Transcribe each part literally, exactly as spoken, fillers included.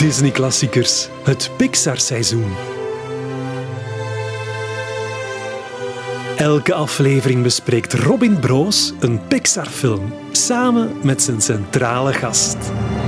Disney-klassiekers, het Pixar-seizoen. Elke aflevering bespreekt Robin Broos een Pixar-film, samen met zijn centrale gast.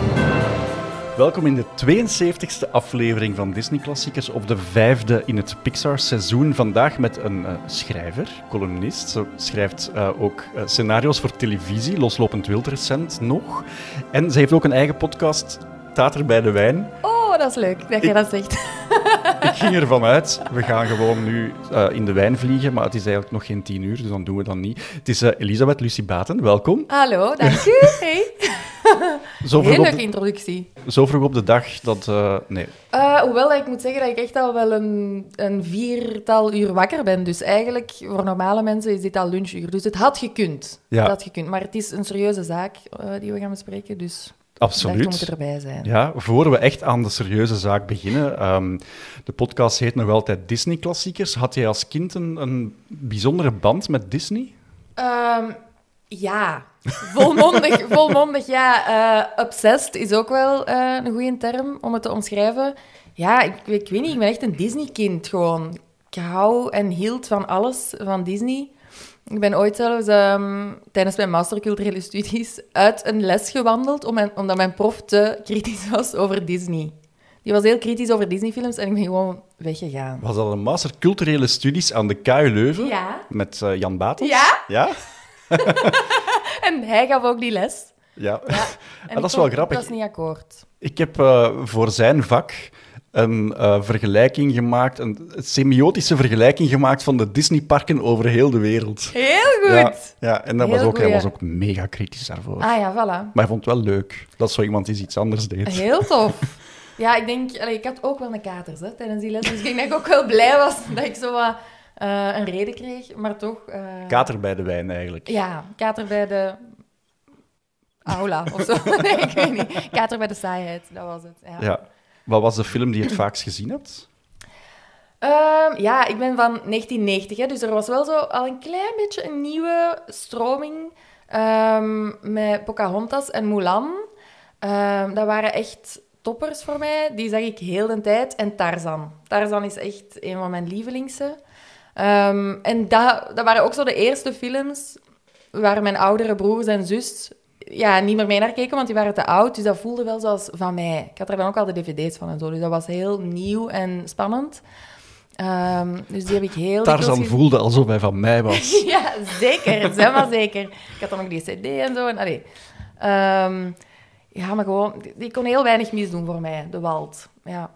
Welkom in de tweeënzeventigste aflevering van Disney-klassiekers, of de vijfde in het Pixar-seizoen. Vandaag met een uh, schrijver, columnist. Ze schrijft uh, ook uh, scenario's voor televisie, Loslopend Wild recent nog. En ze heeft ook een eigen podcast, Tater bij de Wijn. Oh, dat is leuk dat je dat zegt. Ik ging ervan uit, we gaan gewoon nu uh, in de wijn vliegen, maar het is eigenlijk nog geen tien uur, dus dan doen we dat niet. Het is uh, Elisabeth Lucie Baten, welkom. Hallo, dank u. Hey. Zo Heel leuke de, introductie. Zo vroeg op de dag dat... Uh, nee. Uh, hoewel ik moet zeggen dat ik echt al wel een, een viertal uur wakker ben. Dus eigenlijk, voor normale mensen is dit al lunchuur. Dus het had gekund. Ja. Het had gekund. Maar het is een serieuze zaak uh, die we gaan bespreken, dus... Absoluut. Daar moet ik erbij zijn. Ja, voor we echt aan de serieuze zaak beginnen. Um, de podcast heet nog altijd Disney-klassiekers. Had jij als kind een, een bijzondere band met Disney? Um, ja, volmondig, volmondig ja. Uh, obsessed is ook wel uh, een goede term om het te omschrijven. Ja, ik, ik weet niet, ik ben echt een Disney-kind gewoon. Ik hou en hield van alles van Disney. Ik ben ooit zelfs um, tijdens mijn masterculturele studies uit een les gewandeld om mijn, omdat mijn prof te kritisch was over Disney. Die was heel kritisch over Disney-films en ik ben gewoon weggegaan. Was dat een master culturele studies aan de K U Leuven? Ja. Met uh, Jan Batels? Ja. Ja? En hij gaf ook die les. Ja. Ja. Ah, En dat is vond, wel grappig. Ik was niet akkoord. Ik heb uh, voor zijn vak een uh, vergelijking gemaakt, een semiotische vergelijking gemaakt van de Disneyparken over heel de wereld. Heel goed. Ja, ja en dat was ook, hij was ook goeie. mega kritisch daarvoor. Ah ja, voilà. Maar hij vond het wel leuk dat zo iemand eens iets anders deed. Heel tof. Ja, ik denk... Allee, ik had ook wel een katers hè, tijdens die les, dus ik denk dat ik ook wel blij was dat ik zo wat uh, een reden kreeg, maar toch... Uh... Kater bij de wijn, eigenlijk. Ja, kater bij de... aula, of zo. Nee, ik weet niet. Kater bij de saaiheid, dat was het. Ja. Ja. Wat was de film die je het vaakst gezien hebt? Um, ja, ik ben van negentien negentig, hè, dus er was wel zo al een klein beetje een nieuwe stroming um, met Pocahontas en Mulan. Um, dat waren echt toppers voor mij. Die zag ik heel de tijd. En Tarzan. Tarzan is echt een van mijn lievelingsen. Um, en dat, dat waren ook zo de eerste films waar mijn oudere broers en zus ja, niet meer mee naar keken, want die waren te oud. Dus dat voelde wel zoals van mij. Ik had er dan ook al de dvd's van en zo. Dus dat was heel nieuw en spannend. Um, dus die heb ik heel... Tarzan voelde alsof hij van mij was. Ja, zeker. Zeg maar zeker. Ik had dan ook die cd en zo. En, allee. Um, ja, maar gewoon... Die, die kon heel weinig misdoen voor mij, de Walt. Ja.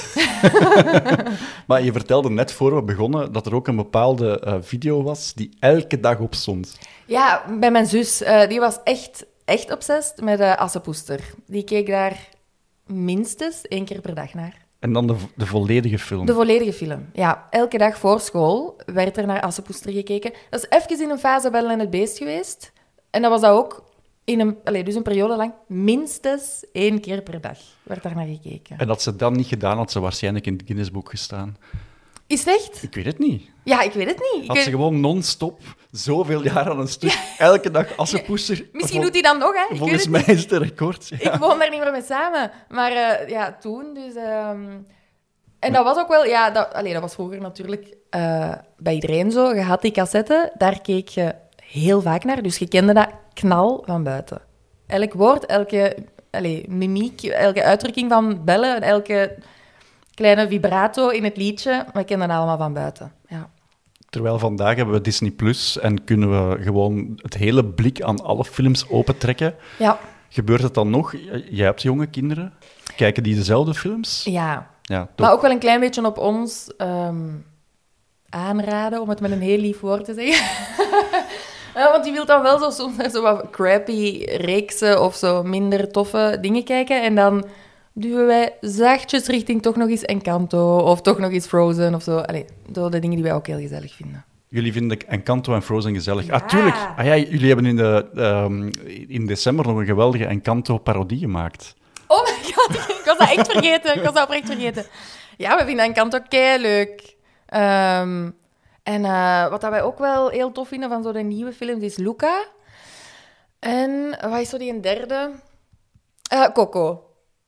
Maar je vertelde net voor we begonnen dat er ook een bepaalde uh, video was die elke dag op stond. Ja, bij mijn zus. Uh, die was echt, echt obsessed met uh, Assepoester. Die keek daar minstens één keer per dag naar. En dan de, de volledige film? De volledige film, ja. Elke dag voor school werd er naar Assepoester gekeken. Dat is even in een fase Belle en het Beest geweest. En dat was dat ook in een, allez, dus een periode lang minstens één keer per dag werd daar naar gekeken. En dat ze dat niet gedaan had, ze waarschijnlijk in het Guinness-boek gestaan. Is het echt? Ik weet het niet. Ja, ik weet het niet. Ik Had weet... ze gewoon non-stop, zoveel jaar aan een stuk, ja. Elke dag Assepoester. Misschien doet hij dat nog, hè? Ik Volgens mij is het een record. Ja. Ik woon daar niet meer mee samen. Maar uh, ja, toen dus... Um... En dat was ook wel... Ja, dat, allez, dat was vroeger natuurlijk uh, bij iedereen zo. Je had die cassette, daar keek je heel vaak naar. Dus je kende dat knal van buiten. Elk woord, elke allez, mimiek, elke uitdrukking van bellen, elke kleine vibrato in het liedje, we kenden dat allemaal van buiten. Ja. Terwijl vandaag hebben we Disney Plus en kunnen we gewoon het hele blik aan alle films opentrekken. Ja. Gebeurt het dan nog? Jij hebt jonge kinderen. Kijken die dezelfde films? Ja. Ja, maar ook wel een klein beetje op ons um, aanraden, om het met een heel lief woord te zeggen. Ja, want die wil dan wel zo, soms zo wat crappy reeksen of zo minder toffe dingen kijken. En dan duwen wij zachtjes richting toch nog eens Encanto of toch nog eens Frozen of zo. Allee, door de dingen die wij ook heel gezellig vinden. Jullie vinden Encanto en Frozen gezellig? Ja. Ah, tuurlijk. Ah, ja, jullie hebben in, de, um, in december nog een geweldige Encanto-parodie gemaakt. Oh my god, ik was dat echt vergeten. Ik was dat oprecht vergeten. Ja, we vinden Encanto keileuk. Um, en uh, wat dat wij ook wel heel tof vinden van zo de nieuwe films is Luca. En wat is zo die een derde? Uh, Coco.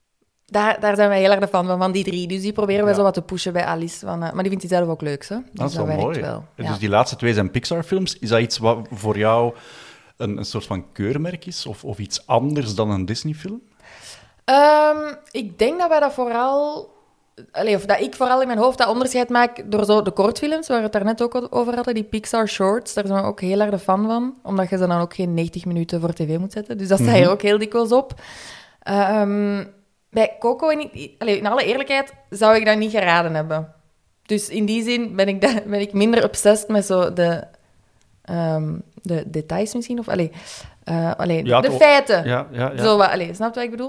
Daar, daar zijn wij heel erg de fan van, van die drie. Dus die proberen wij Ja. zo wat te pushen bij Alice. Van, uh, maar die vindt hij zelf ook leuk, hè? Dus Dat is wel werkt mooi. wel. En Ja. Dus die laatste twee zijn Pixar-films. Is dat iets wat voor jou een, een soort van keurmerk is? Of, of iets anders dan een Disney-film? Um, ik denk dat wij dat vooral... Allee, of dat ik vooral in mijn hoofd dat onderscheid maak door zo de kortfilms, waar we het daarnet ook over hadden, die Pixar Shorts. Daar zijn we ook heel erg de fan van, omdat je ze dan ook geen negentig minuten voor tv moet zetten. Dus dat sta je Mhm. ook heel dikwijls op. Um, bij Coco, in, allee, in alle eerlijkheid, zou ik dat niet geraden hebben. Dus in die zin ben ik, da- ben ik minder obsessed met zo de, um, de details misschien. Of, allee, uh, allee, Ja, de het- feiten. Ja, ja, ja. Zo wat, allee, snap je wat ik bedoel?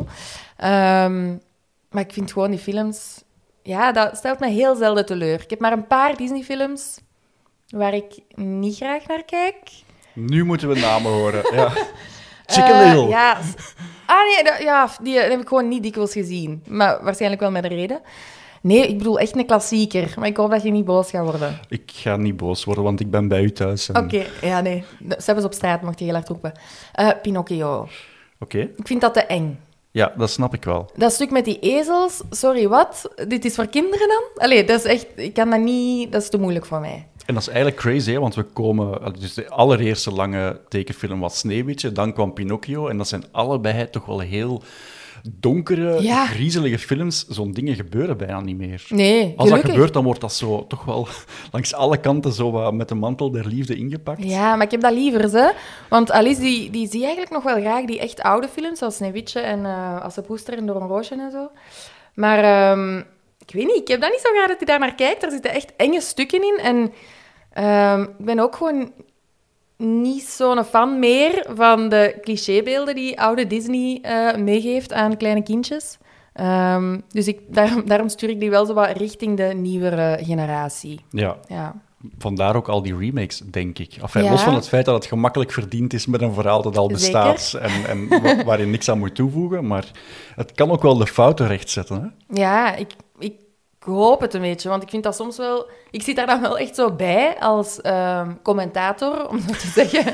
Um, maar ik vind gewoon die films... Ja, dat stelt me heel zelden teleur. Ik heb maar een paar Disney-films waar ik niet graag naar kijk. Nu moeten we namen horen. Ja. Chicken Eh, Little. Ja. Ah nee, dat, ja, die heb ik gewoon niet dikwijls gezien. Maar waarschijnlijk wel met een reden. Nee, ik bedoel echt een klassieker. Maar ik hoop dat je niet boos gaat worden. Ik ga niet boos worden, want ik ben bij u thuis. en- Oké, ja, nee. Ze hebben ze op straat, mocht je heel hard roepen. Uh, Pinocchio. Oké. Ik vind dat te eng. Ja, dat snap ik wel. Dat stuk met die ezels, sorry, wat? Dit is voor kinderen dan? Allee, dat is echt... Ik kan dat niet... Dat is te moeilijk voor mij. En dat is eigenlijk crazy, hè, want we komen... Dus de allereerste lange tekenfilm was Sneeuwwitje, dan kwam Pinocchio, en dat zijn allebei toch wel heel donkere, Ja. griezelige films. Zo'n dingen gebeuren bijna niet meer. Nee, Als dat gelukkig. gebeurt, dan wordt dat zo toch wel langs alle kanten zo wat met de mantel der liefde ingepakt. Ja, maar ik heb dat liever, hè. Want Alice, die, die zie eigenlijk nog wel graag die echt oude films, zoals Sneeuwwitje en uh, Als ze poester en Door een roosje en zo. Maar um, ik weet niet, ik heb dat niet zo graag dat hij daar naar kijkt. Er zitten echt enge stukken in. En um, ik ben ook gewoon niet zo'n fan meer van de clichébeelden die oude Disney uh, meegeeft aan kleine kindjes. Um, dus ik, daarom, daarom stuur ik die wel zo wat richting de nieuwere generatie. Ja. Ja. Vandaar ook al die remakes, denk ik. Enfin, Ja. Los van het feit dat het gemakkelijk verdiend is met een verhaal dat al bestaat en, en wa- waar je niks aan moet toevoegen, maar het kan ook wel de fouten rechtzetten. Hè? Ja, ik, ik hoop het een beetje, want ik vind dat soms wel... Ik zit daar dan wel echt zo bij als uh, commentator, om zo te zeggen.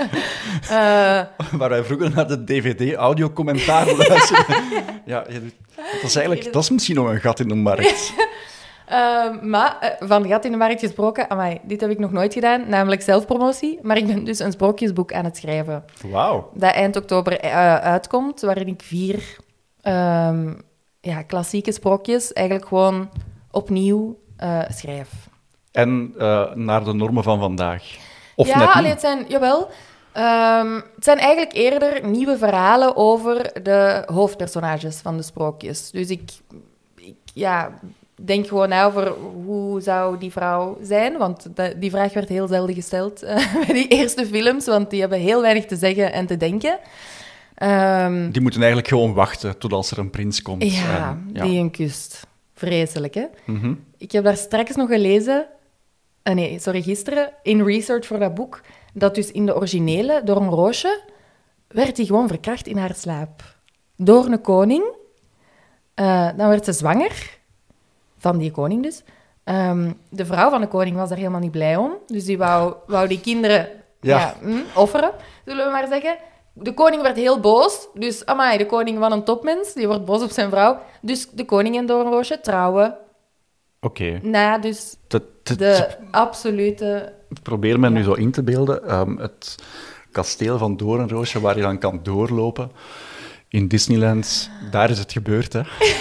Uh, Waar wij vroeger naar de D V D-audiocommentaar luisterden. Ja, je doet- dat is eigenlijk... Dat is misschien nog een gat in de markt. uh, maar uh, van gat in de markt gesproken, amai, dit heb ik nog nooit gedaan, namelijk zelfpromotie. Maar ik ben dus een sprookjesboek aan het schrijven. Wauw. Dat eind oktober uh, uitkomt, waarin ik vier um, ja, klassieke sprookjes eigenlijk gewoon opnieuw uh, schrijf. En uh, naar de normen van vandaag. Of ja, net niet. allee, het zijn, jawel. Um, het zijn eigenlijk eerder nieuwe verhalen over de hoofdpersonages van de sprookjes. Dus ik, ik ja, denk gewoon na over hoe zou die vrouw zijn, want de, die vraag werd heel zelden gesteld uh, bij die eerste films, want die hebben heel weinig te zeggen en te denken. Um, Die moeten eigenlijk gewoon wachten tot als er een prins komt. ja, en, ja. die een kust. Vreselijk, hè? Mm-hmm. Ik heb daar straks nog gelezen, uh, nee, sorry, gisteren, in research voor dat boek, dat dus in de originele, door een roosje, werd hij gewoon verkracht in haar slaap. Door een koning. Uh, dan werd ze zwanger, van die koning dus. Um, de vrouw van de koning was daar helemaal niet blij om, dus die wou, wou die kinderen Ja. ja, hm, offeren, zullen we maar zeggen. De koning werd heel boos, dus amai, de koning van een topmens, die wordt boos op zijn vrouw. Dus de koning en Doornroosje trouwen Oké. na dus Dat- dat- de absolute... Ik probeer me nu Ja. zo in te beelden. Um, het kasteel van Doornroosje, waar je dan kan doorlopen. In Disneyland, daar is het gebeurd, hè.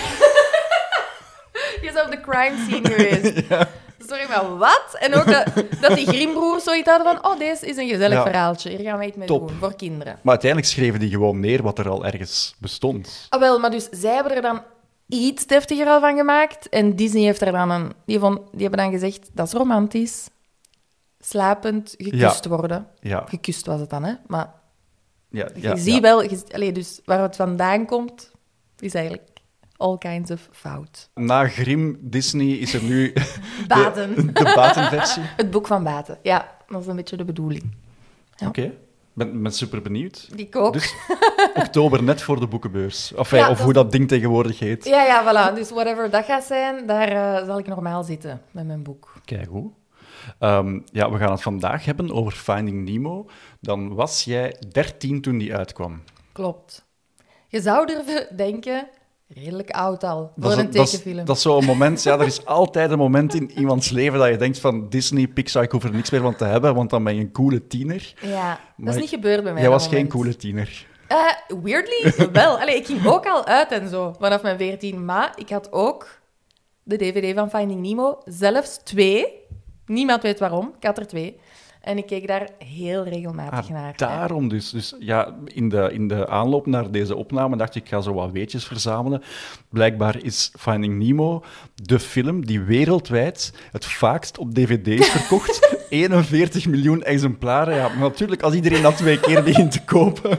Je zou op de crime scene geweest. Sorry, maar wat? En ook dat, dat die Grimbroers zoiets hadden van... Oh, deze is een gezellig Ja. verhaaltje. Hier gaan we iets mee Top. doen, voor kinderen. Maar uiteindelijk schreven die gewoon neer wat er al ergens bestond. Ah, wel, maar dus zij hebben er dan iets deftiger al van gemaakt. En Disney heeft er dan een... Die, vond, die hebben dan gezegd, dat is romantisch. Slapend gekust worden. Ja, Gekust was het dan, hè. Maar ja, je ja, ziet ja. wel... Je, allee, dus waar het vandaan komt, is eigenlijk all kinds of fout. Na Grimm, Disney, is er nu Baten. de, de Baten-versie. Het boek van Baten. Ja, dat is een beetje de bedoeling. Ja. Oké, ik ben, ben super benieuwd. Die ook. Dus oktober, net voor de boekenbeurs. Enfin, Ja, of dat- hoe dat ding tegenwoordig heet. Ja, ja, voilà. Dus whatever dat gaat zijn, daar uh, zal ik normaal zitten met mijn boek. Kijk hoe. Um, ja, we gaan het vandaag hebben over Finding Nemo. Dan was jij dertien toen die uitkwam. Klopt. Je zou durven denken, redelijk oud al, Dat voor is, een dat is- tekenfilm. dat is zo'n moment, ja, er is altijd een moment in iemands leven dat je denkt van Disney, Pixar, ik hoef er niks meer van te hebben, want dan ben je een coole tiener. Ja, dat Maar is niet gebeurd bij mij. Jij dat was geen moment. coole tiener. Eh, weirdly, wel. Allee, ik ging ook al uit en zo, vanaf mijn veertien. Maar ik had ook de D V D van Finding Nemo, zelfs twee. Niemand weet waarom, ik had er twee. En ik keek daar heel regelmatig Ah, naar. daarom dus. Dus ja, in de, in de aanloop naar deze opname dacht ik, ik ga zo wat weetjes verzamelen. Blijkbaar is Finding Nemo de film die wereldwijd het vaakst op D V D is verkocht. eenenveertig miljoen exemplaren. Ja, maar natuurlijk, als iedereen dat twee keer begint te kopen.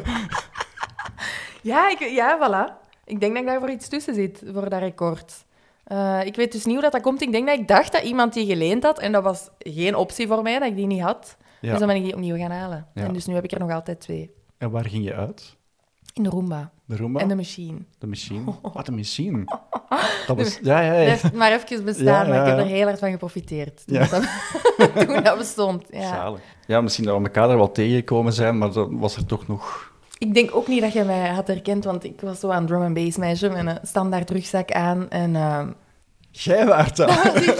Ja, ik, ja, voilà. Ik denk dat ik daar voor iets tussen zit, voor dat record. Eh, ik weet dus niet hoe dat, dat komt. Ik denk dat ik dacht dat iemand die geleend had, en dat was geen optie voor mij, dat ik die niet had. Ja. Dus dan ben ik die opnieuw gaan halen. Ja. En dus nu heb ik er nog altijd twee. En waar ging je uit? In de Roomba. De Roomba? En de Machine. De machine. Wat een machine. Dat was... Ja, ja, ja. Dat heeft maar even bestaan, Ja, ja, maar ik heb ja. er heel hard van geprofiteerd. Toen, Ja. dat, toen dat bestond. Ja. Zalig. Ja, misschien dat we elkaar er wel tegengekomen zijn, maar dan was er toch nog... Ik denk ook niet dat je mij had herkend, want ik was zo aan drum and bass meisje met een standaard rugzak aan. En, ehm, Jij waart dat. dat was ik.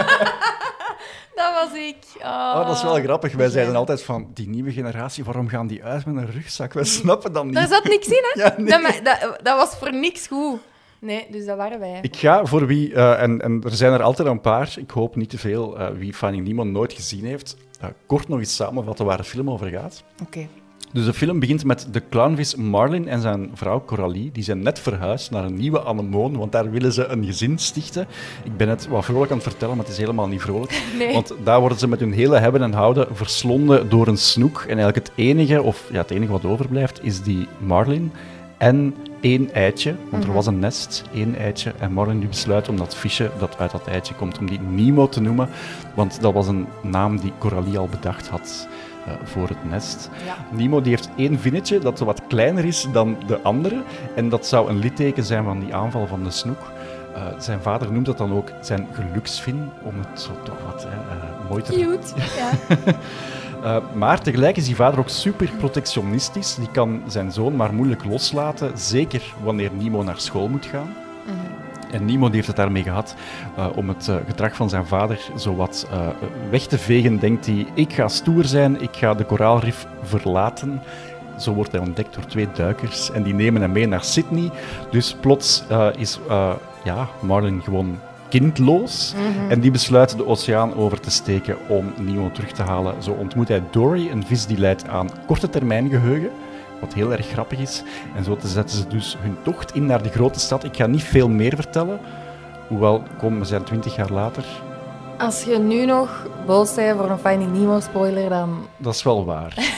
dat was ik. Oh, Oh, dat is wel grappig. Wij Ja. zeiden altijd van, die nieuwe generatie, waarom gaan die uit met een rugzak? Wij snappen dat niet. Daar zat niks in, hè? Ja, nee. dat, ma- dat, dat was voor niks goed. Nee, dus dat waren wij. Ik ga voor wie, eh, en, en er zijn er altijd een paar, ik hoop niet te veel, eh, wie Finding Nemo nooit gezien heeft, eh, kort nog eens samenvatten waar de film over gaat. Oké. Dus de film begint met de clownvis Marlin en zijn vrouw Coralie. Die zijn net verhuisd naar een nieuwe anemoon, want daar willen ze een gezin stichten. Ik ben het wat vrolijk aan het vertellen, maar het is helemaal niet vrolijk. Nee. Want daar worden ze met hun hele hebben en houden verslonden door een snoek. En eigenlijk het enige, of ja, het enige wat overblijft, is die Marlin en één eitje. Want er was een nest, één eitje. En Marlin die besluit om dat visje dat uit dat eitje komt, om die Nemo te noemen. Want dat was een naam die Coralie al bedacht had. Uh, voor het nest. Ja. Nemo die heeft één vinnetje dat wat kleiner is dan de andere. En dat zou een litteken zijn van die aanval van de snoek. Uh, zijn vader noemt dat dan ook zijn geluksvin, om het zo toch wat hè, uh, mooi te... Cute. Ja. Uh, maar tegelijk is die vader ook super protectionistisch. Die kan zijn zoon maar moeilijk loslaten, zeker wanneer Nemo naar school moet gaan. Mhm. En Nemo die heeft het daarmee gehad uh, om het uh, gedrag van zijn vader zo wat uh, weg te vegen. Denkt hij, ik ga stoer zijn, ik ga de koraalrif verlaten. Zo wordt hij ontdekt door twee duikers en die nemen hem mee naar Sydney. Dus plots uh, is uh, ja, Marlin gewoon kindloos Mhm. en die besluit de oceaan over te steken om Nemo terug te halen. Zo ontmoet hij Dory, een vis die leidt aan korte termijn geheugen. Wat heel erg grappig is. En zo zetten ze dus hun tocht in naar de grote stad. Ik ga niet veel meer vertellen. Hoewel, kom, we zijn twintig jaar later. Als je nu nog boos bent voor een Finding Nemo spoiler, dan... Dat is wel waar.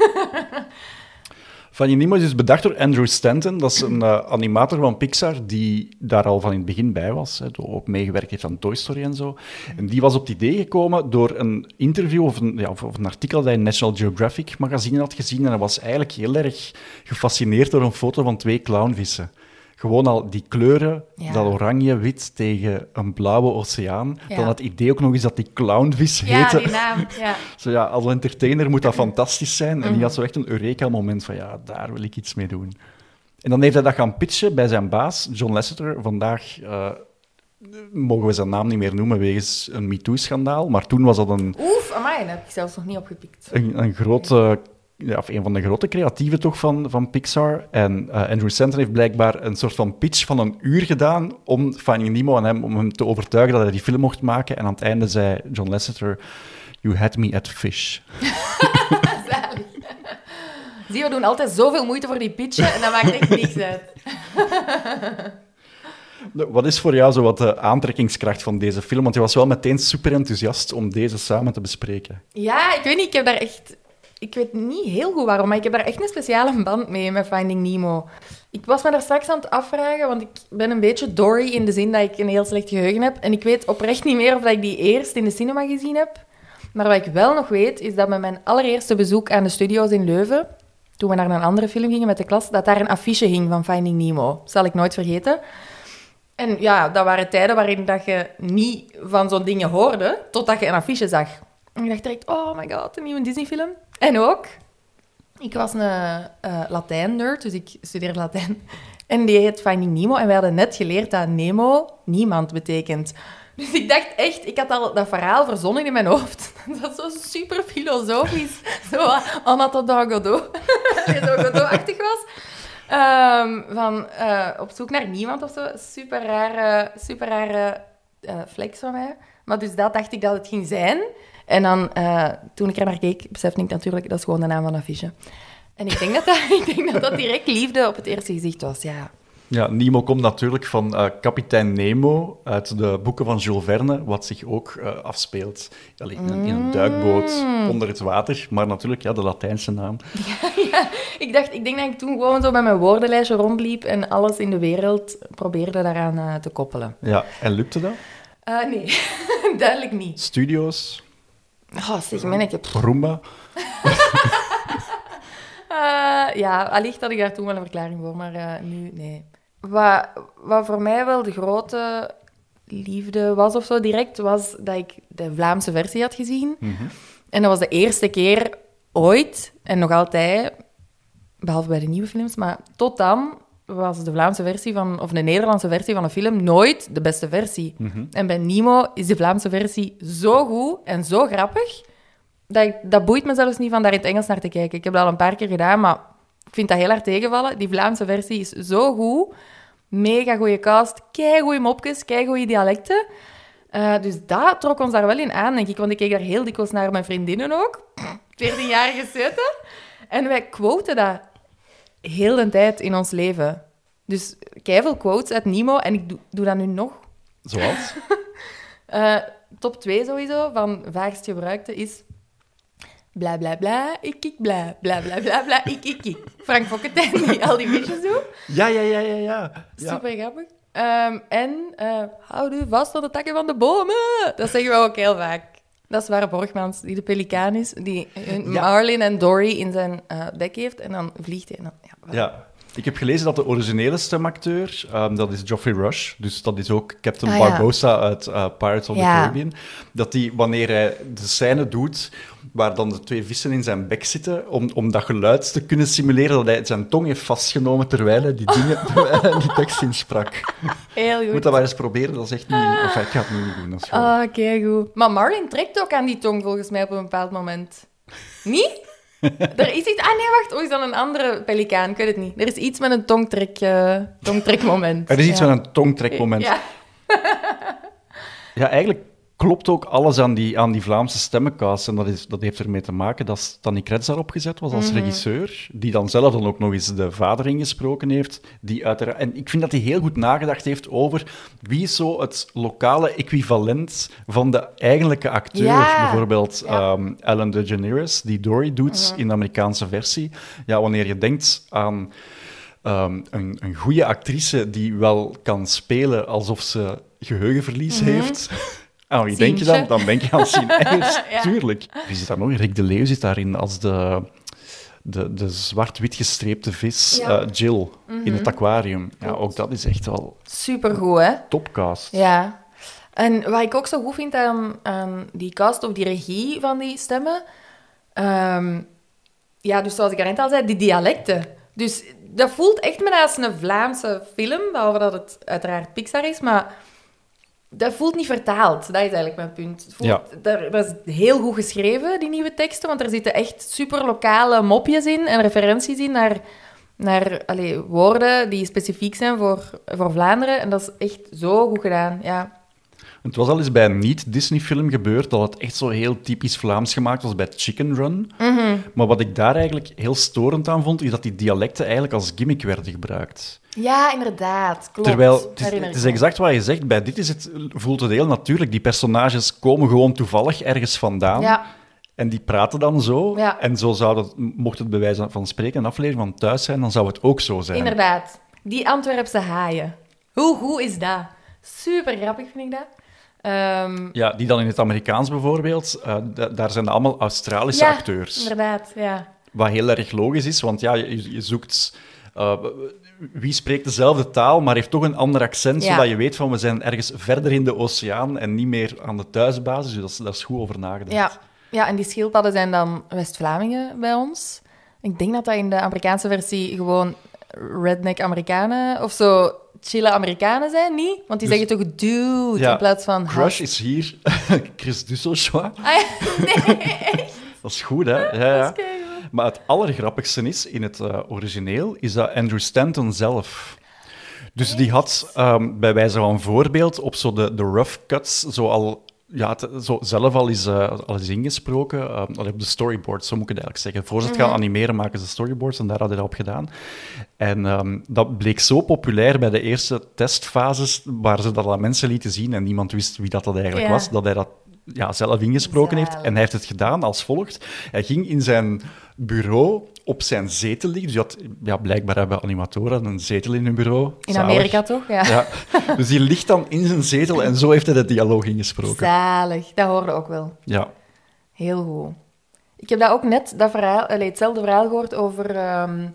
Finding Nemo is dus bedacht door Andrew Stanton. Dat is een uh, animator van Pixar die daar al van in het begin bij was. Hè, ook meegewerkt heeft aan Toy Story en zo. En die was op het idee gekomen door een interview of een, ja, of, of een artikel dat hij in National Geographic magazine had gezien. En hij was eigenlijk heel erg gefascineerd door een foto van twee clownvissen. Gewoon al die kleuren, Ja. dat oranje-wit tegen een blauwe oceaan. Ja. Dan het idee ook nog eens dat die clownvis Ja, heette. die naam. Ja. Zo ja, als entertainer moet dat fantastisch zijn. En die had zo echt een Eureka-moment van, ja, daar wil ik iets mee doen. En dan heeft hij dat gaan pitchen bij zijn baas, John Lasseter. Vandaag uh, mogen we zijn naam niet meer noemen wegens een MeToo-schandaal. Maar toen was dat een, Oef, amai, dat heb ik zelfs nog niet opgepikt. een, een grote... Ja, of een van de grote creatieven toch van, van Pixar. En uh, Andrew Stanton heeft blijkbaar een soort van pitch van een uur gedaan om Finding Nemo aan hem, om hem te overtuigen dat hij die film mocht maken. En aan het einde zei John Lasseter, "You had me at fish." Zalig. Zie, we doen altijd zoveel moeite voor die pitchen en dat maakt echt niks uit. Wat is voor jou zo wat de aantrekkingskracht van deze film? Want je was wel meteen super enthousiast om deze samen te bespreken. Ja, ik weet niet, ik heb daar echt... Ik weet niet heel goed waarom, maar ik heb daar echt een speciale band mee met Finding Nemo. Ik was me daar straks aan het afvragen, want ik ben een beetje Dory in de zin dat ik een heel slecht geheugen heb. En ik weet oprecht niet meer of dat ik die eerst in de cinema gezien heb. Maar wat ik wel nog weet, is dat met mijn allereerste bezoek aan de studio's in Leuven, toen we naar een andere film gingen met de klas, dat daar een affiche hing van Finding Nemo. Dat zal ik nooit vergeten. En ja, dat waren tijden waarin dat je niet van zo'n dingen hoorde, totdat je een affiche zag. En ik dacht direct, oh my god, een nieuwe Disney-film. En ook, ik was een uh, Latijn-nerd, dus ik studeerde Latijn. En die heet Finding Nemo. En wij hadden net geleerd dat Nemo niemand betekent. Dus ik dacht echt, ik had al dat verhaal verzonnen in mijn hoofd. Dat zo super filosofisch. Zo, Anatole Godot. Zo Godot-achtig was. Um, van uh, op zoek naar niemand of zo. Super rare, super rare uh, flex van mij. Maar dus dat dacht ik dat het ging zijn. En dan, uh, toen ik er naar keek, besefte ik natuurlijk, dat is gewoon de naam van een affiche. En ik denk dat dat, ik denk dat, dat direct liefde op het eerste gezicht was, ja. Ja, Nemo komt natuurlijk van uh, kapitein Nemo uit de boeken van Jules Verne, wat zich ook uh, afspeelt allee, in, een, in een duikboot onder het water. Maar natuurlijk, ja, de Latijnse naam. Ja, ja. Ik dacht, ik denk dat ik toen gewoon zo met mijn woordenlijstje rondliep en alles in de wereld probeerde daaraan uh, te koppelen. Ja, en lukte dat? Uh, nee, duidelijk niet. Studio's? Oh, zeg, manneke. Roomba? Uh, ja, allicht had ik daar toen wel een verklaring voor, maar uh, nu, nee. Wat, wat voor mij wel de grote liefde was of zo direct, was dat ik de Vlaamse versie had gezien. Mm-hmm. En dat was de eerste keer ooit, en nog altijd, behalve bij de nieuwe films, maar tot dan was de Vlaamse versie van, of de Nederlandse versie van een film nooit de beste versie. Mm-hmm. En bij Nemo is de Vlaamse versie zo goed en zo grappig, dat, ik, dat boeit me zelfs niet van daar in het Engels naar te kijken. Ik heb dat al een paar keer gedaan, maar ik vind dat heel hard tegenvallen. Die Vlaamse versie is zo goed. Mega goede cast, keigoeie mopjes, keigoeie dialecten. Uh, dus dat trok ons daar wel in aan, denk ik. Want ik keek daar heel dikwijls naar mijn vriendinnen ook. veertienjarige zeuten. En wij quoten dat heel de tijd in ons leven. Dus keiveel quotes uit Nemo. En ik doe, doe dat nu nog. Zoals? uh, top twee sowieso, van vaagst gebruikte, is... Bla, bla, bla, ik, ik, bla, bla, bla, bla, bla, ik, ik, ik. Frank Fokkentijn, die al die liedjes doet. Ja, ja, ja, ja, ja. Super grappig. Um, en uh, houd u vast aan de takken van de bomen. Dat zeggen we ook heel vaak. Dat is waar Borgmans, die de pelikaan is, die ja. Marlin en Dory in zijn uh, bek heeft. En dan vliegt hij. En dan, ja, voilà. Ja. Ik heb gelezen dat de originele stemacteur, um, dat is Geoffrey Rush, dus dat is ook Captain ah, Barbossa ja. uit uh, Pirates of ja. the Caribbean, dat die, wanneer hij de scène doet, waar dan de twee vissen in zijn bek zitten, om, om dat geluid te kunnen simuleren, dat hij zijn tong heeft vastgenomen terwijl hij die, dingen, terwijl hij die tekst insprak. Heel goed. Je moet dat maar eens proberen, dat is echt niet... Of ik ga het nu niet doen, dat is gewoon... Ah, kei goed. Maar Marlin trekt ook aan die tong, volgens mij, op een bepaald moment. Niet? Er is iets... Ah, nee, wacht. Oh, is dat een andere pelikaan? Ik weet het niet. Er is iets met een tongtrek, uh, tongtrekmoment. Er is iets ja. met een tongtrekmoment. Ja. Ja, eigenlijk klopt ook alles aan die, aan die Vlaamse stemmencast. En dat, is, dat heeft ermee te maken dat Stanley Kretz daarop gezet was als Mm-hmm. regisseur, die dan zelf dan ook nog eens de vader ingesproken heeft. Die uiteraard, en ik vind dat hij heel goed nagedacht heeft over wie is zo het lokale equivalent van de eigenlijke acteur. Ja. Bijvoorbeeld Ja. um, Ellen DeGeneres, die Dory doet Mm-hmm. in de Amerikaanse versie. Ja, wanneer je denkt aan um, een, een goede actrice die wel kan spelen alsof ze geheugenverlies Mm-hmm. heeft... Aan wie denk je dan? Dan denk je aan Sien Engels, Ja. tuurlijk. Wie zit daar nog? Rick de Leeuw zit daarin als de, de, de zwart-wit gestreepte vis, Ja. uh, Jill, Mm-hmm. in het aquarium. Ja, ook dat is echt wel Supergoed, hè? topcast. Ja. En wat ik ook zo goed vind aan, aan die cast of die regie van die stemmen... Um, ja, dus zoals ik daarnet al zei, die dialecten. Dus dat voelt echt me als een Vlaamse film, behalve dat het uiteraard Pixar is, maar... Dat voelt niet vertaald. Dat is eigenlijk mijn punt. Het voelt, Ja. dat, dat is heel goed geschreven, die nieuwe teksten, want er zitten echt super lokale mopjes in en referenties in naar, naar allee, woorden die specifiek zijn voor, voor Vlaanderen. En dat is echt zo goed gedaan, ja. Het was al eens bij een niet-Disney-film gebeurd dat het echt zo heel typisch Vlaams gemaakt was bij Chicken Run. Mm-hmm. Maar wat ik daar eigenlijk heel storend aan vond, is dat die dialecten eigenlijk als gimmick werden gebruikt. Ja, inderdaad. Klopt. Terwijl, het is, Herinner het ik is me. exact wat je zegt. Bij dit is het, voelt het heel natuurlijk. Die personages komen gewoon toevallig ergens vandaan. Ja. En die praten dan zo. Ja. En zo zou het, mocht het bij wijze van spreken een aflevering van thuis zijn, dan zou het ook zo zijn. Inderdaad. Die Antwerpse haaien. Hoe goed is dat? Super grappig vind ik dat. Um, Ja, die dan in het Amerikaans bijvoorbeeld, uh, d- daar zijn allemaal Australische ja, acteurs. inderdaad, ja. Wat heel erg logisch is, want ja, je, je zoekt... Uh, wie spreekt dezelfde taal, maar heeft toch een ander accent, Ja. zodat je weet van we zijn ergens verder in de oceaan en niet meer aan de thuisbasis. Dus dat is, dat is goed over nagedacht. Ja. ja, en die schildpadden zijn dan West-Vlamingen bij ons. Ik denk dat dat in de Amerikaanse versie gewoon redneck Amerikanen of zo chille Amerikanen zijn, niet? Want die Dus- zeggen toch dude Ja, in plaats van... Crush is hier Chris Dusselchois. Ah, ja, nee, echt? Dat is goed, hè? Ja, ja. Dat is keigoed. Maar het allergrappigste is, in het uh, origineel, is dat Andrew Stanton zelf. Dus die had, um, bij wijze van voorbeeld, op zo de, de rough cuts zo al... Ja, het, zo zelf al is, uh, al is ingesproken. Uh, allee, op de storyboards, zo moet ik het eigenlijk zeggen. Voor ze het gaan Mhm. animeren, maken ze storyboards en daar had hij dat op gedaan. En um, dat bleek zo populair bij de eerste testfases, waar ze dat aan mensen lieten zien en niemand wist wie dat, dat eigenlijk Ja. was, dat hij dat ja, zelf ingesproken heeft. Zalig. En hij heeft het gedaan als volgt. Hij ging in zijn bureau op zijn zetel liggen. Dus je had, ja, blijkbaar hebben animatoren een zetel in hun bureau. In Zalig. Amerika toch? Ja. Ja. Dus die ligt dan in zijn zetel en zo heeft hij de dialoog ingesproken. Zalig. Dat hoorde ook wel. Ja. Heel goed. Ik heb dat ook net, dat verhaal, allee, hetzelfde verhaal gehoord over ehm,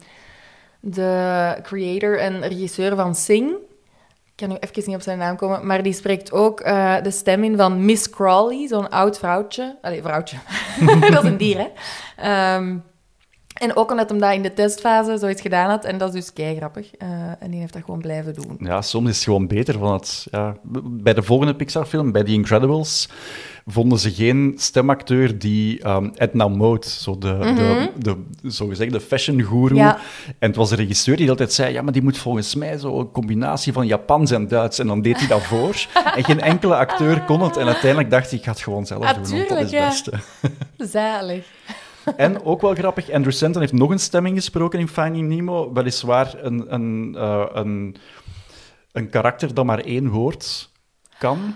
de creator en regisseur van Sing. Ik kan nu even niet op zijn naam komen, maar die spreekt ook eh, de stem in van Miss Crawley, zo'n oud vrouwtje. Allee, vrouwtje. Dat is een dier, hè. Ehm, en ook omdat hem dat in de testfase zoiets gedaan had, en dat is dus keigrappig. Uh, en die heeft dat gewoon blijven doen. Ja, soms is het gewoon beter van het... Ja, bij de volgende Pixar-film, bij The Incredibles, vonden ze geen stemacteur die um, Edna Mode, zo de, Mhm. de, de, zogezegd de fashion guru. Ja. En het was de regisseur die altijd zei, ja, maar die moet volgens mij zo een combinatie van Japans en Duits. En dan deed hij dat voor. En geen enkele acteur kon het. En uiteindelijk dacht hij, ik ga het gewoon zelf Ah, doen, want dat tuurlijk, is het ja. beste. Zalig. En ook wel grappig, Andrew Stanton heeft nog een stemming gesproken in Finding Nemo. Weliswaar een, een, uh, een, een karakter dat maar één woord kan.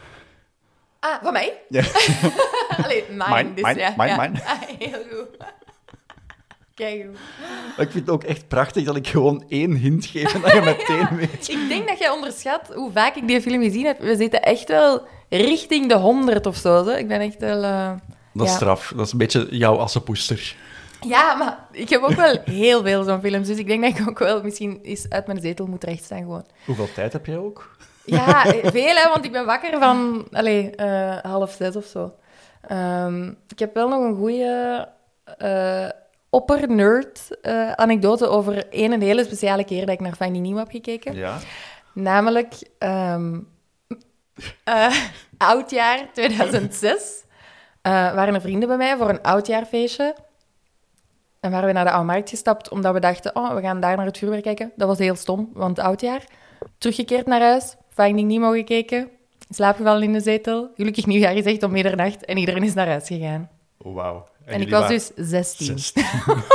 Ah, van mij? Ja. Allee, mijn. Mijn, dus, mijn, ja, mijn, ja. mijn. Ah, heel goed. Kijk goed. Ik vind het ook echt prachtig dat ik gewoon één hint geef en dat je meteen weet. Ik denk dat jij onderschat hoe vaak ik die film gezien heb. We zitten echt wel richting de honderd of zo. Hè? Ik ben echt wel... uh, Dat is ja. straf. Dat is een beetje jouw assenpoester. Ja, maar ik heb ook wel heel veel zo'n films. Dus ik denk dat ik ook wel misschien eens uit mijn zetel moet rechtstaan gewoon. Hoeveel tijd heb jij ook? Ja, veel hè, want ik ben wakker van allez, uh, half zes of zo. Um, ik heb wel nog een goede uh, opper-nerd uh, anekdote over één een hele speciale keer dat ik naar Finding Nemo heb gekeken. Ja. Namelijk um, uh, oudjaar tweeduizend zes. Uh, waren er vrienden bij mij voor een oudjaarfeestje. En waren we naar de Oude Markt gestapt, omdat we dachten, oh, we gaan daar naar het vuurwerk kijken. Dat was heel stom, want oudjaar. Teruggekeerd naar huis, Finding Nemo gekeken, in slaap gevallen in de zetel, gelukkig nieuwjaar gezegd om middernacht en iedereen is naar huis gegaan. Oh, wauw. En, en ik was dus zestien. zestien.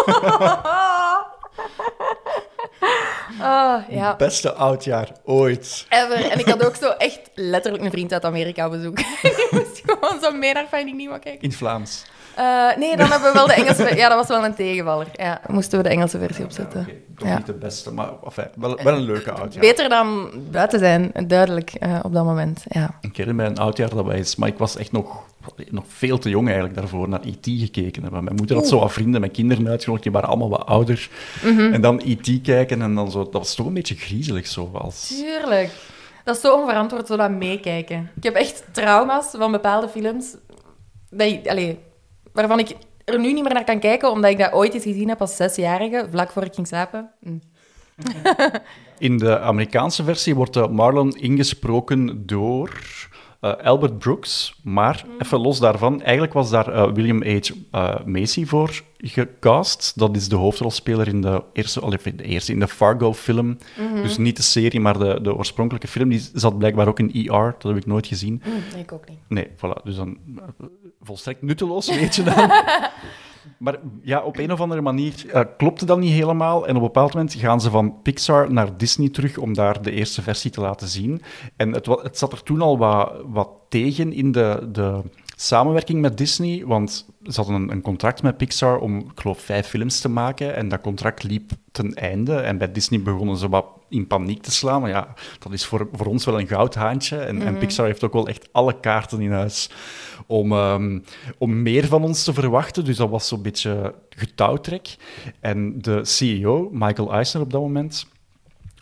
Oh, ja. Beste oudjaar ooit. Ever. En ik had ook zo echt letterlijk een vriend uit Amerika bezoeken. Die moest gewoon zo mee naar Finding Nemo kijken. In het Vlaams. Uh, nee, dan hebben we wel de Engelse... Ja, dat was wel een tegenvaller. Ja, moesten we de Engelse versie opzetten. Okay, toch Ja. niet de beste, maar enfin, wel, wel een leuke oudjaar. Beter dan buiten zijn, duidelijk, uh, op dat moment. Ja. Ik herinner mij een oudjaar dat wij is, maar ik was echt nog, nog veel te jong eigenlijk daarvoor naar E T gekeken hebben. Mijn moeder had Oeh. zo wat vrienden met kinderen uitgenodigd, die waren allemaal wat ouder. Mm-hmm. En dan E T kijken en dan zo, dat was toch een beetje griezelig zo. Als... Tuurlijk. Dat is zo onverantwoord, zo dat meekijken. Ik heb echt trauma's van bepaalde films, dat ik, allee, waarvan ik er nu niet meer naar kan kijken, omdat ik dat ooit eens gezien heb als zesjarige, vlak voor ik ging slapen. Hm. In de Amerikaanse versie wordt uh, Marlon ingesproken door uh, Albert Brooks, maar Mm. even los daarvan, eigenlijk was daar uh, William H. Uh, Macy voor gecast. Dat is de hoofdrolspeler in de eerste, of in de eerste, in de Fargo-film. Mm-hmm. Dus niet de serie, maar de, de oorspronkelijke film. Die zat blijkbaar ook in E R, dat heb ik nooit gezien. Hm, nee, ik ook niet. Nee, voilà. Dus dan uh, volstrekt nutteloos, weet je dan. Maar ja, op een of andere manier uh, klopte dat niet helemaal. En op een bepaald moment gaan ze van Pixar naar Disney terug om daar de eerste versie te laten zien. En het, wa- het zat er toen al wat, wat tegen in de, de samenwerking met Disney, want ze hadden een, een contract met Pixar om, ik geloof, vijf films te maken. En dat contract liep ten einde. En bij Disney begonnen ze wat in paniek te slaan. Maar ja, dat is voor, voor ons wel een goudhaantje. En, mm-hmm. en Pixar heeft ook wel echt alle kaarten in huis om, um, om meer van ons te verwachten. Dus dat was zo'n beetje getouwtrek. En de C E O, Michael Eisner op dat moment,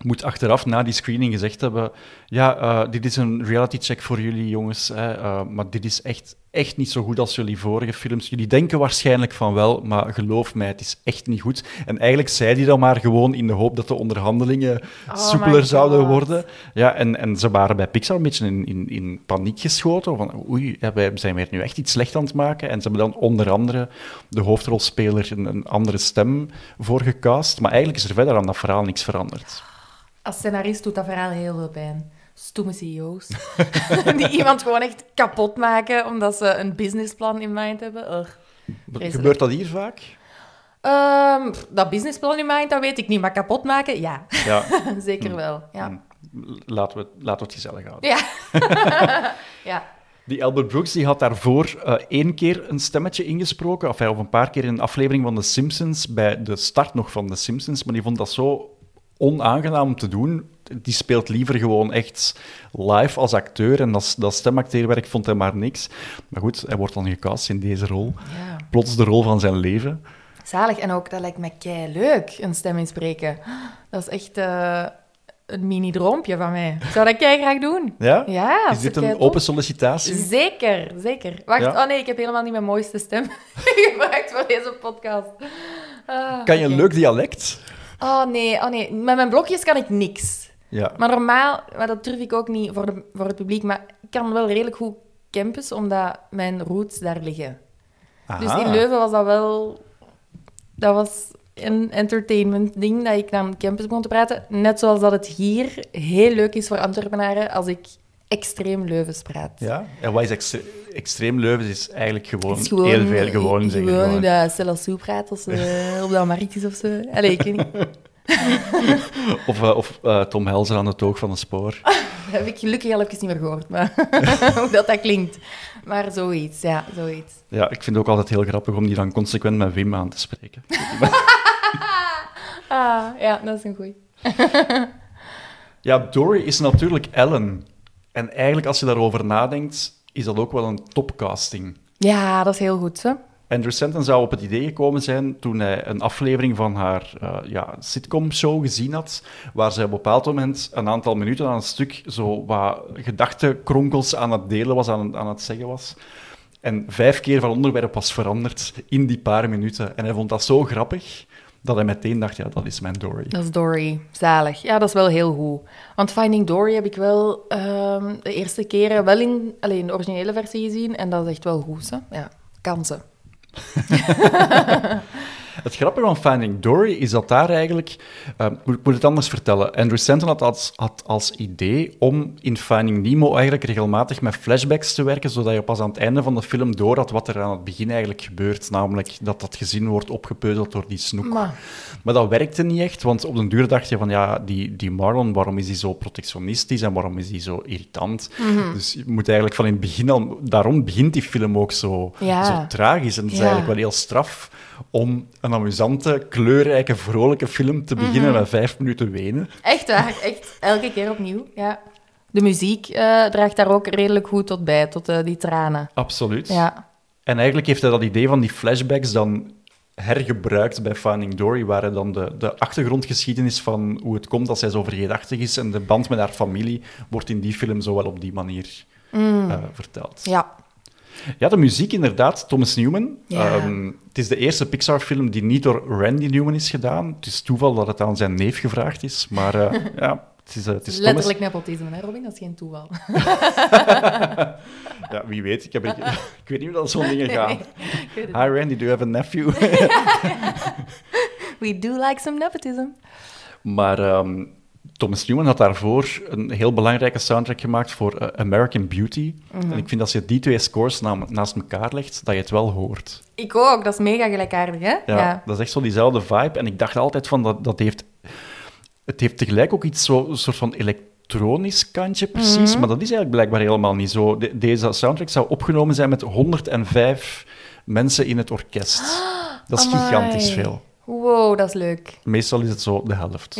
moet achteraf na die screening gezegd hebben, ja, uh, dit is een reality check voor jullie jongens, hè, uh, maar dit is echt, echt niet zo goed als jullie vorige films. Jullie denken waarschijnlijk van wel, maar geloof mij, het is echt niet goed. En eigenlijk zei hij dan maar gewoon in de hoop dat de onderhandelingen oh soepeler zouden worden. Ja, en, en ze waren bij Pixar een beetje in, in, in paniek geschoten, van oei, ja, wij zijn weer nu echt iets slecht aan het maken. En ze hebben dan onder andere de hoofdrolspeler een, een andere stem voor gecast, maar eigenlijk is er verder aan dat verhaal niks veranderd. Als scenarist doet dat verhaal heel veel pijn. Stoeme C E O's. Die iemand gewoon echt kapot maken omdat ze een businessplan in mind hebben. Ugh, gebeurt dat hier vaak? Um, dat businessplan in mind, dat weet ik niet. Maar kapot maken, ja. ja. Zeker wel, ja. Laten we, laten we het gezellig houden. Ja. ja. Die Albert Brooks die had daarvoor uh, één keer een stemmetje ingesproken, of, of een paar keer in een aflevering van The Simpsons, bij de start nog van The Simpsons, maar die vond dat zo onaangenaam om te doen. Die speelt liever gewoon echt live als acteur en dat, dat stemacteerwerk vond hij maar niks. Maar goed, hij wordt dan gecast in deze rol. Ja. Plots de rol van zijn leven. Zalig. En ook, dat lijkt me kei leuk, een stem inspreken. Dat is echt uh, een mini-droompje van mij. Ik zou dat kei graag doen. Ja? Ja. Is dit een open sollicitatie? Zeker, zeker. Wacht, ja? oh nee, ik heb helemaal niet mijn mooiste stem gebruikt voor deze podcast. Uh, kan je okay. een leuk dialect? Oh nee, oh nee, met mijn blokjes kan ik niks. Ja. Maar normaal, maar dat durf ik ook niet voor, de, voor het publiek, maar ik kan wel redelijk goed campus, omdat mijn roots daar liggen. Aha. Dus in Leuven was dat wel... Dat was een entertainment ding, dat ik dan campus begon te praten. Net zoals dat het hier heel leuk is voor Antwerpenaren als ik extreem Leuvens praat. Ja, en wat is extre- extreem Leuvens? Is eigenlijk gewoon, is gewoon heel veel gewoon zeggen. Gewoon hoe gewoon. dat Stella Soe praat als ze op de markt is of zo. Allee, ik weet niet. of uh, of uh, Tom Helzer aan het oog van een spoor. Dat heb ik gelukkig al even niet meer gehoord, maar hoe dat, dat klinkt. Maar zoiets, ja, zoiets. Ja, ik vind het ook altijd heel grappig om die dan consequent met Wim aan te spreken. ah, ja, dat is een goeie. Ja, Dory is natuurlijk Ellen. En eigenlijk, als je daarover nadenkt, is dat ook wel een topcasting. Ja, dat is heel goed, hè? Andrew Stanton zou op het idee gekomen zijn toen hij een aflevering van haar uh, ja, sitcom-show gezien had, waar zij op een bepaald moment een aantal minuten aan een stuk zo wat gedachtenkronkels aan het delen was, aan, aan het zeggen was. En vijf keer van onderwerp was veranderd in die paar minuten. En hij vond dat zo grappig dat hij meteen dacht, ja, dat is mijn Dory. Dat is Dory. Zalig. Ja, dat is wel heel goed. Want Finding Dory heb ik wel um, de eerste keren wel in, allez, in de originele versie gezien. En dat is echt wel goed, hè? Ja, kansen. Het grappige van Finding Dory is dat daar eigenlijk... Uh, ik moet het anders vertellen. Andrew Stanton had als, had als idee om in Finding Nemo eigenlijk regelmatig met flashbacks te werken, zodat je pas aan het einde van de film door had wat er aan het begin eigenlijk gebeurt. Namelijk dat dat gezin wordt opgepeuzeld door die snoek. Maar, maar dat werkte niet echt, want op den duur dacht je van ja, die, die Marlon, waarom is die zo protectionistisch en waarom is die zo irritant? Mm-hmm. Dus je moet eigenlijk van in het begin al... Daarom begint die film ook zo, ja. zo tragisch. En het is ja. eigenlijk wel heel straf om een amusante, kleurrijke, vrolijke film te beginnen mm-hmm. met vijf minuten wenen. Echt waar, echt. Elke keer opnieuw, ja. De muziek uh, draagt daar ook redelijk goed tot bij, tot uh, die tranen. Absoluut. Ja. En eigenlijk heeft hij dat idee van die flashbacks dan hergebruikt bij Finding Dory, waar hij dan de, de achtergrondgeschiedenis van hoe het komt dat zij zo vergeetachtig is en de band met haar familie wordt in die film zo wel op die manier mm. uh, verteld. Ja. Ja, de muziek inderdaad, Thomas Newman. Ja. Um, het is de eerste Pixar-film die niet door Randy Newman is gedaan. Het is toeval dat het aan zijn neef gevraagd is, maar uh, ja, het is, uh, het is letterlijk Thomas... nepotisme, hè Robin? Dat is geen toeval. Ja, wie weet. Ik, heb, ik, ik weet niet hoe dat zo'n dingen gaan. Nee, Hi Randy, do you have a nephew? We do like some nepotism. Maar um, Thomas Newman had daarvoor een heel belangrijke soundtrack gemaakt voor uh, American Beauty. Mm-hmm. En ik vind dat als je die twee scores na, naast elkaar legt, dat je het wel hoort. Ik ook, dat is mega gelijkaardig, hè? Ja, ja. Dat is echt zo diezelfde vibe. En ik dacht altijd van, dat, dat heeft... Het heeft tegelijk ook iets zo, een soort van elektronisch kantje, precies. Mm-hmm. Maar dat is eigenlijk blijkbaar helemaal niet zo. De, deze soundtrack zou opgenomen zijn met honderdvijf mensen in het orkest. Dat is Amai. gigantisch veel. Wow, dat is leuk. Meestal is het zo de helft.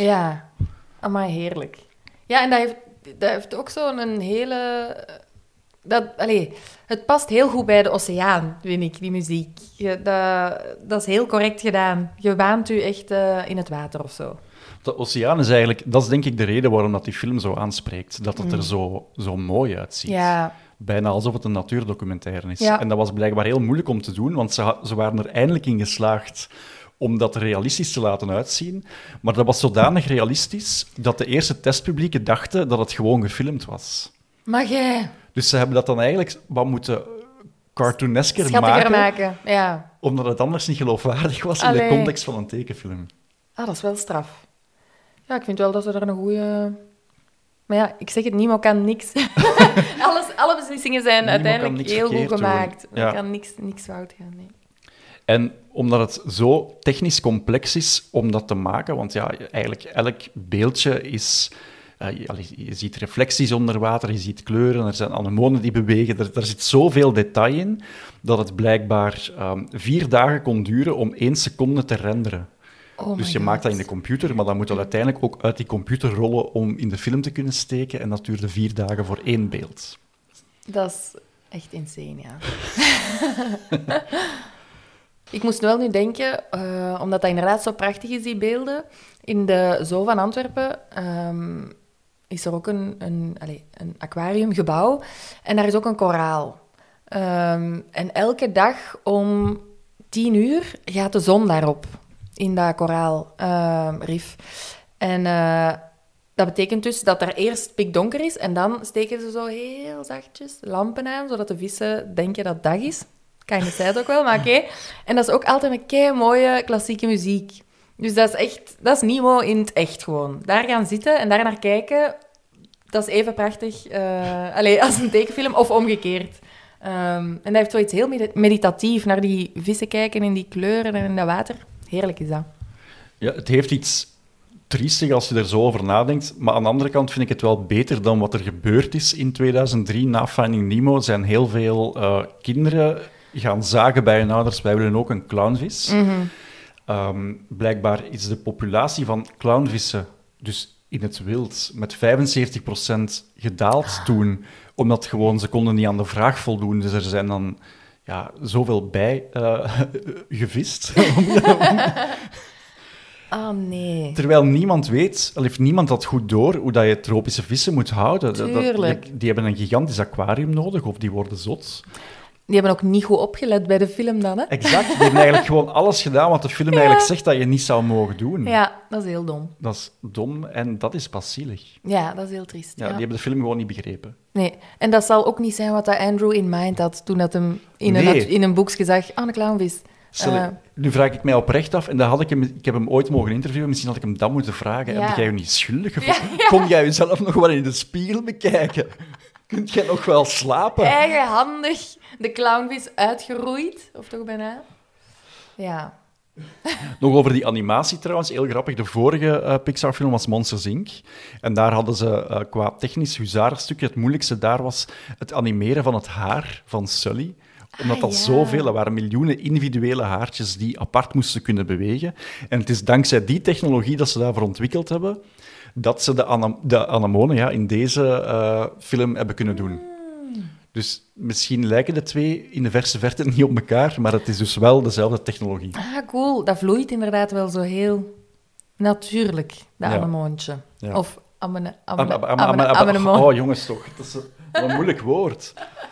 Dat, allee, het past heel goed bij de oceaan, vind ik, die muziek. Je, dat, dat is heel correct gedaan. Je waant u echt uh, in het water of zo. De oceaan is eigenlijk... Dat is denk ik de reden waarom dat die film zo aanspreekt. Dat het Mm. er zo, zo mooi uitziet. Ja. Bijna alsof het een natuurdocumentaire is. Ja. En dat was blijkbaar heel moeilijk om te doen, want ze, ha- ze waren er eindelijk in geslaagd om dat realistisch te laten uitzien. Maar dat was zodanig realistisch dat de eerste testpublieken dachten dat het gewoon gefilmd was. Maar jij... Dus ze hebben dat dan eigenlijk wat moeten cartoonesker Schattiger maken, maken, ja. omdat het anders niet geloofwaardig was in Allee. de context van een tekenfilm. Ah, dat is wel straf. Ja, ik vind wel dat ze daar een goede... Maar ja, ik zeg het, Nemo kan niks. Alles, alle beslissingen zijn Nemo kan uiteindelijk niks heel goed verkeerd gemaakt. doen. Er Ja. kan niks, niks fout gaan, nee. En omdat het zo technisch complex is om dat te maken, want ja, eigenlijk elk beeldje is... Uh, je, allee, je ziet reflecties onder water, je ziet kleuren, er zijn anemonen die bewegen, er, er zit zoveel detail in, dat het blijkbaar um, vier dagen kon duren om één seconde te renderen. Oh Dus my je maakt dat in God. de computer, maar dan moet dat uiteindelijk ook uit die computer rollen om in de film te kunnen steken, en dat duurde vier dagen voor één beeld. Dat is echt insane, ja. Ik moest wel nu denken, uh, omdat dat inderdaad zo prachtig is, die beelden. In de Zoo van Antwerpen um, is er ook een, een, allez, een aquariumgebouw. En daar is ook een koraal. Um, en elke dag om tien uur gaat de zon daarop, in dat koraalrif. en uh, dat betekent dus dat er eerst pikdonker is en dan steken ze zo heel zachtjes lampen aan, zodat de vissen denken dat het dag is. Kan je het zeggen ook wel, maar oké. Okay. En dat is ook altijd met kei mooie klassieke muziek. Dus dat is echt, dat is Nemo in het echt gewoon. Daar gaan zitten en daar naar kijken, dat is even prachtig uh, allez, als een tekenfilm of omgekeerd. Um, en dat heeft zoiets heel med- meditatief, naar die vissen kijken in die kleuren en in dat water. Heerlijk is dat. Ja, het heeft iets triestig als je er zo over nadenkt, maar aan de andere kant vind ik het wel beter dan wat er gebeurd is in tweeduizend drie. Na Finding Nemo zijn heel veel uh, kinderen gaan zagen bij hun ouders, wij willen ook een clownvis. Mm-hmm. Um, blijkbaar is de populatie van clownvissen, dus in het wild, met vijfenzeventig procent gedaald toen, omdat gewoon ze konden niet aan de vraag voldoen. Dus er zijn dan ja, zoveel bij uh, gevist. Oh nee. Terwijl niemand weet, al heeft niemand dat goed door, hoe dat je tropische vissen moet houden. Tuurlijk. Dat, die hebben een gigantisch aquarium nodig, of die worden zot. Die hebben ook niet goed opgelet bij de film dan, hè? Exact, die hebben eigenlijk gewoon alles gedaan wat de film Ja. eigenlijk zegt dat je niet zou mogen doen. Ja, dat is heel dom. Dat is dom en dat is pas zielig. Ja, dat is heel triest. Ja, Ja. Die hebben de film gewoon niet begrepen. Nee, en dat zal ook niet zijn wat dat Andrew in mind had toen dat hem in, Nee. een, in een boekje zag, ah, een clownvis. Stel, Uh, nu vraag ik mij oprecht af, en dat had ik, hem, ik heb hem ooit mogen interviewen, misschien had ik hem dat moeten vragen. Ja. Heb jij je niet schuldig gevoeld? Kon jij jezelf nog wel in de spiegel bekijken? Kunt jij nog wel slapen? Eigenhandig de clownvis uitgeroeid, of toch bijna? Ja. Nog over die animatie trouwens, heel grappig. De vorige uh, Pixar-film was Monsters incorporated. En daar hadden ze uh, qua technisch huzarenstukje, het moeilijkste daar was het animeren van het haar van Sully. Omdat Ah, dat ja. zoveel, dat waren miljoenen individuele haartjes die apart moesten kunnen bewegen. En het is dankzij die technologie dat ze daarvoor ontwikkeld hebben, dat ze de, ana- de anemonen ja, in deze uh, film hebben kunnen doen. Dus misschien lijken de twee in de verse verte niet op elkaar, maar het is dus wel dezelfde technologie. Ah, cool. Dat vloeit inderdaad wel zo heel natuurlijk, dat Ja. anemoontje. Ja. Of amene, Am- amene, am- am- amene, am- anemoon. Oh, jongens, toch. Dat is een, een moeilijk woord.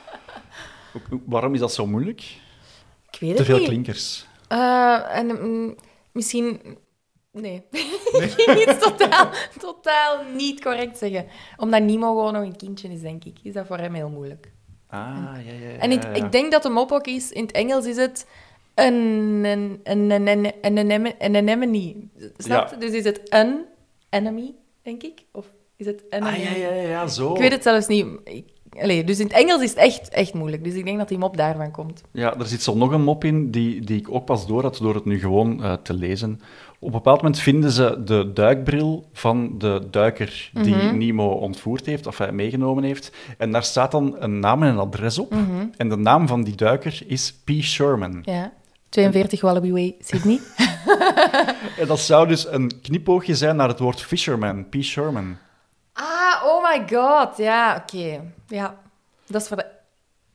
Ook- Waarom is dat zo moeilijk? Ik weet Te het veel niet. klinkers. Uh, en mm, misschien... Nee. Ik ging iets totaal, totaal niet correct zeggen. Omdat Nemo gewoon nog een kindje is, denk ik. Is dat voor hem heel moeilijk. Ah, ja, ja, ja. En in, ja. ik denk dat de mop ook is... In het Engels is het... Een, een, een, een, een, een, anem- een anemone. Snap je? Ja. Dus is het een enemy, denk ik? Of is het een Ah, ja, ja, ja, ja, zo. Ik weet het zelfs niet. Ik, allee, dus in het Engels is het echt, echt moeilijk. Dus ik denk dat die mop daarvan komt. Ja, er zit zo nog een mop in die, die ik ook pas door had door het nu gewoon uh, te lezen. Op een bepaald moment vinden ze de duikbril van de duiker die Mhm. Nemo ontvoerd heeft, of hij meegenomen heeft. En daar staat dan een naam en een adres op. Mhm. En de naam van die duiker is P. Sherman. Ja. tweeënveertig Wallaby Way, Sydney. En dat zou dus een knipoogje zijn naar het woord fisherman, P. Sherman. Ah, oh my god. Ja, oké. Ja. Dat is voor de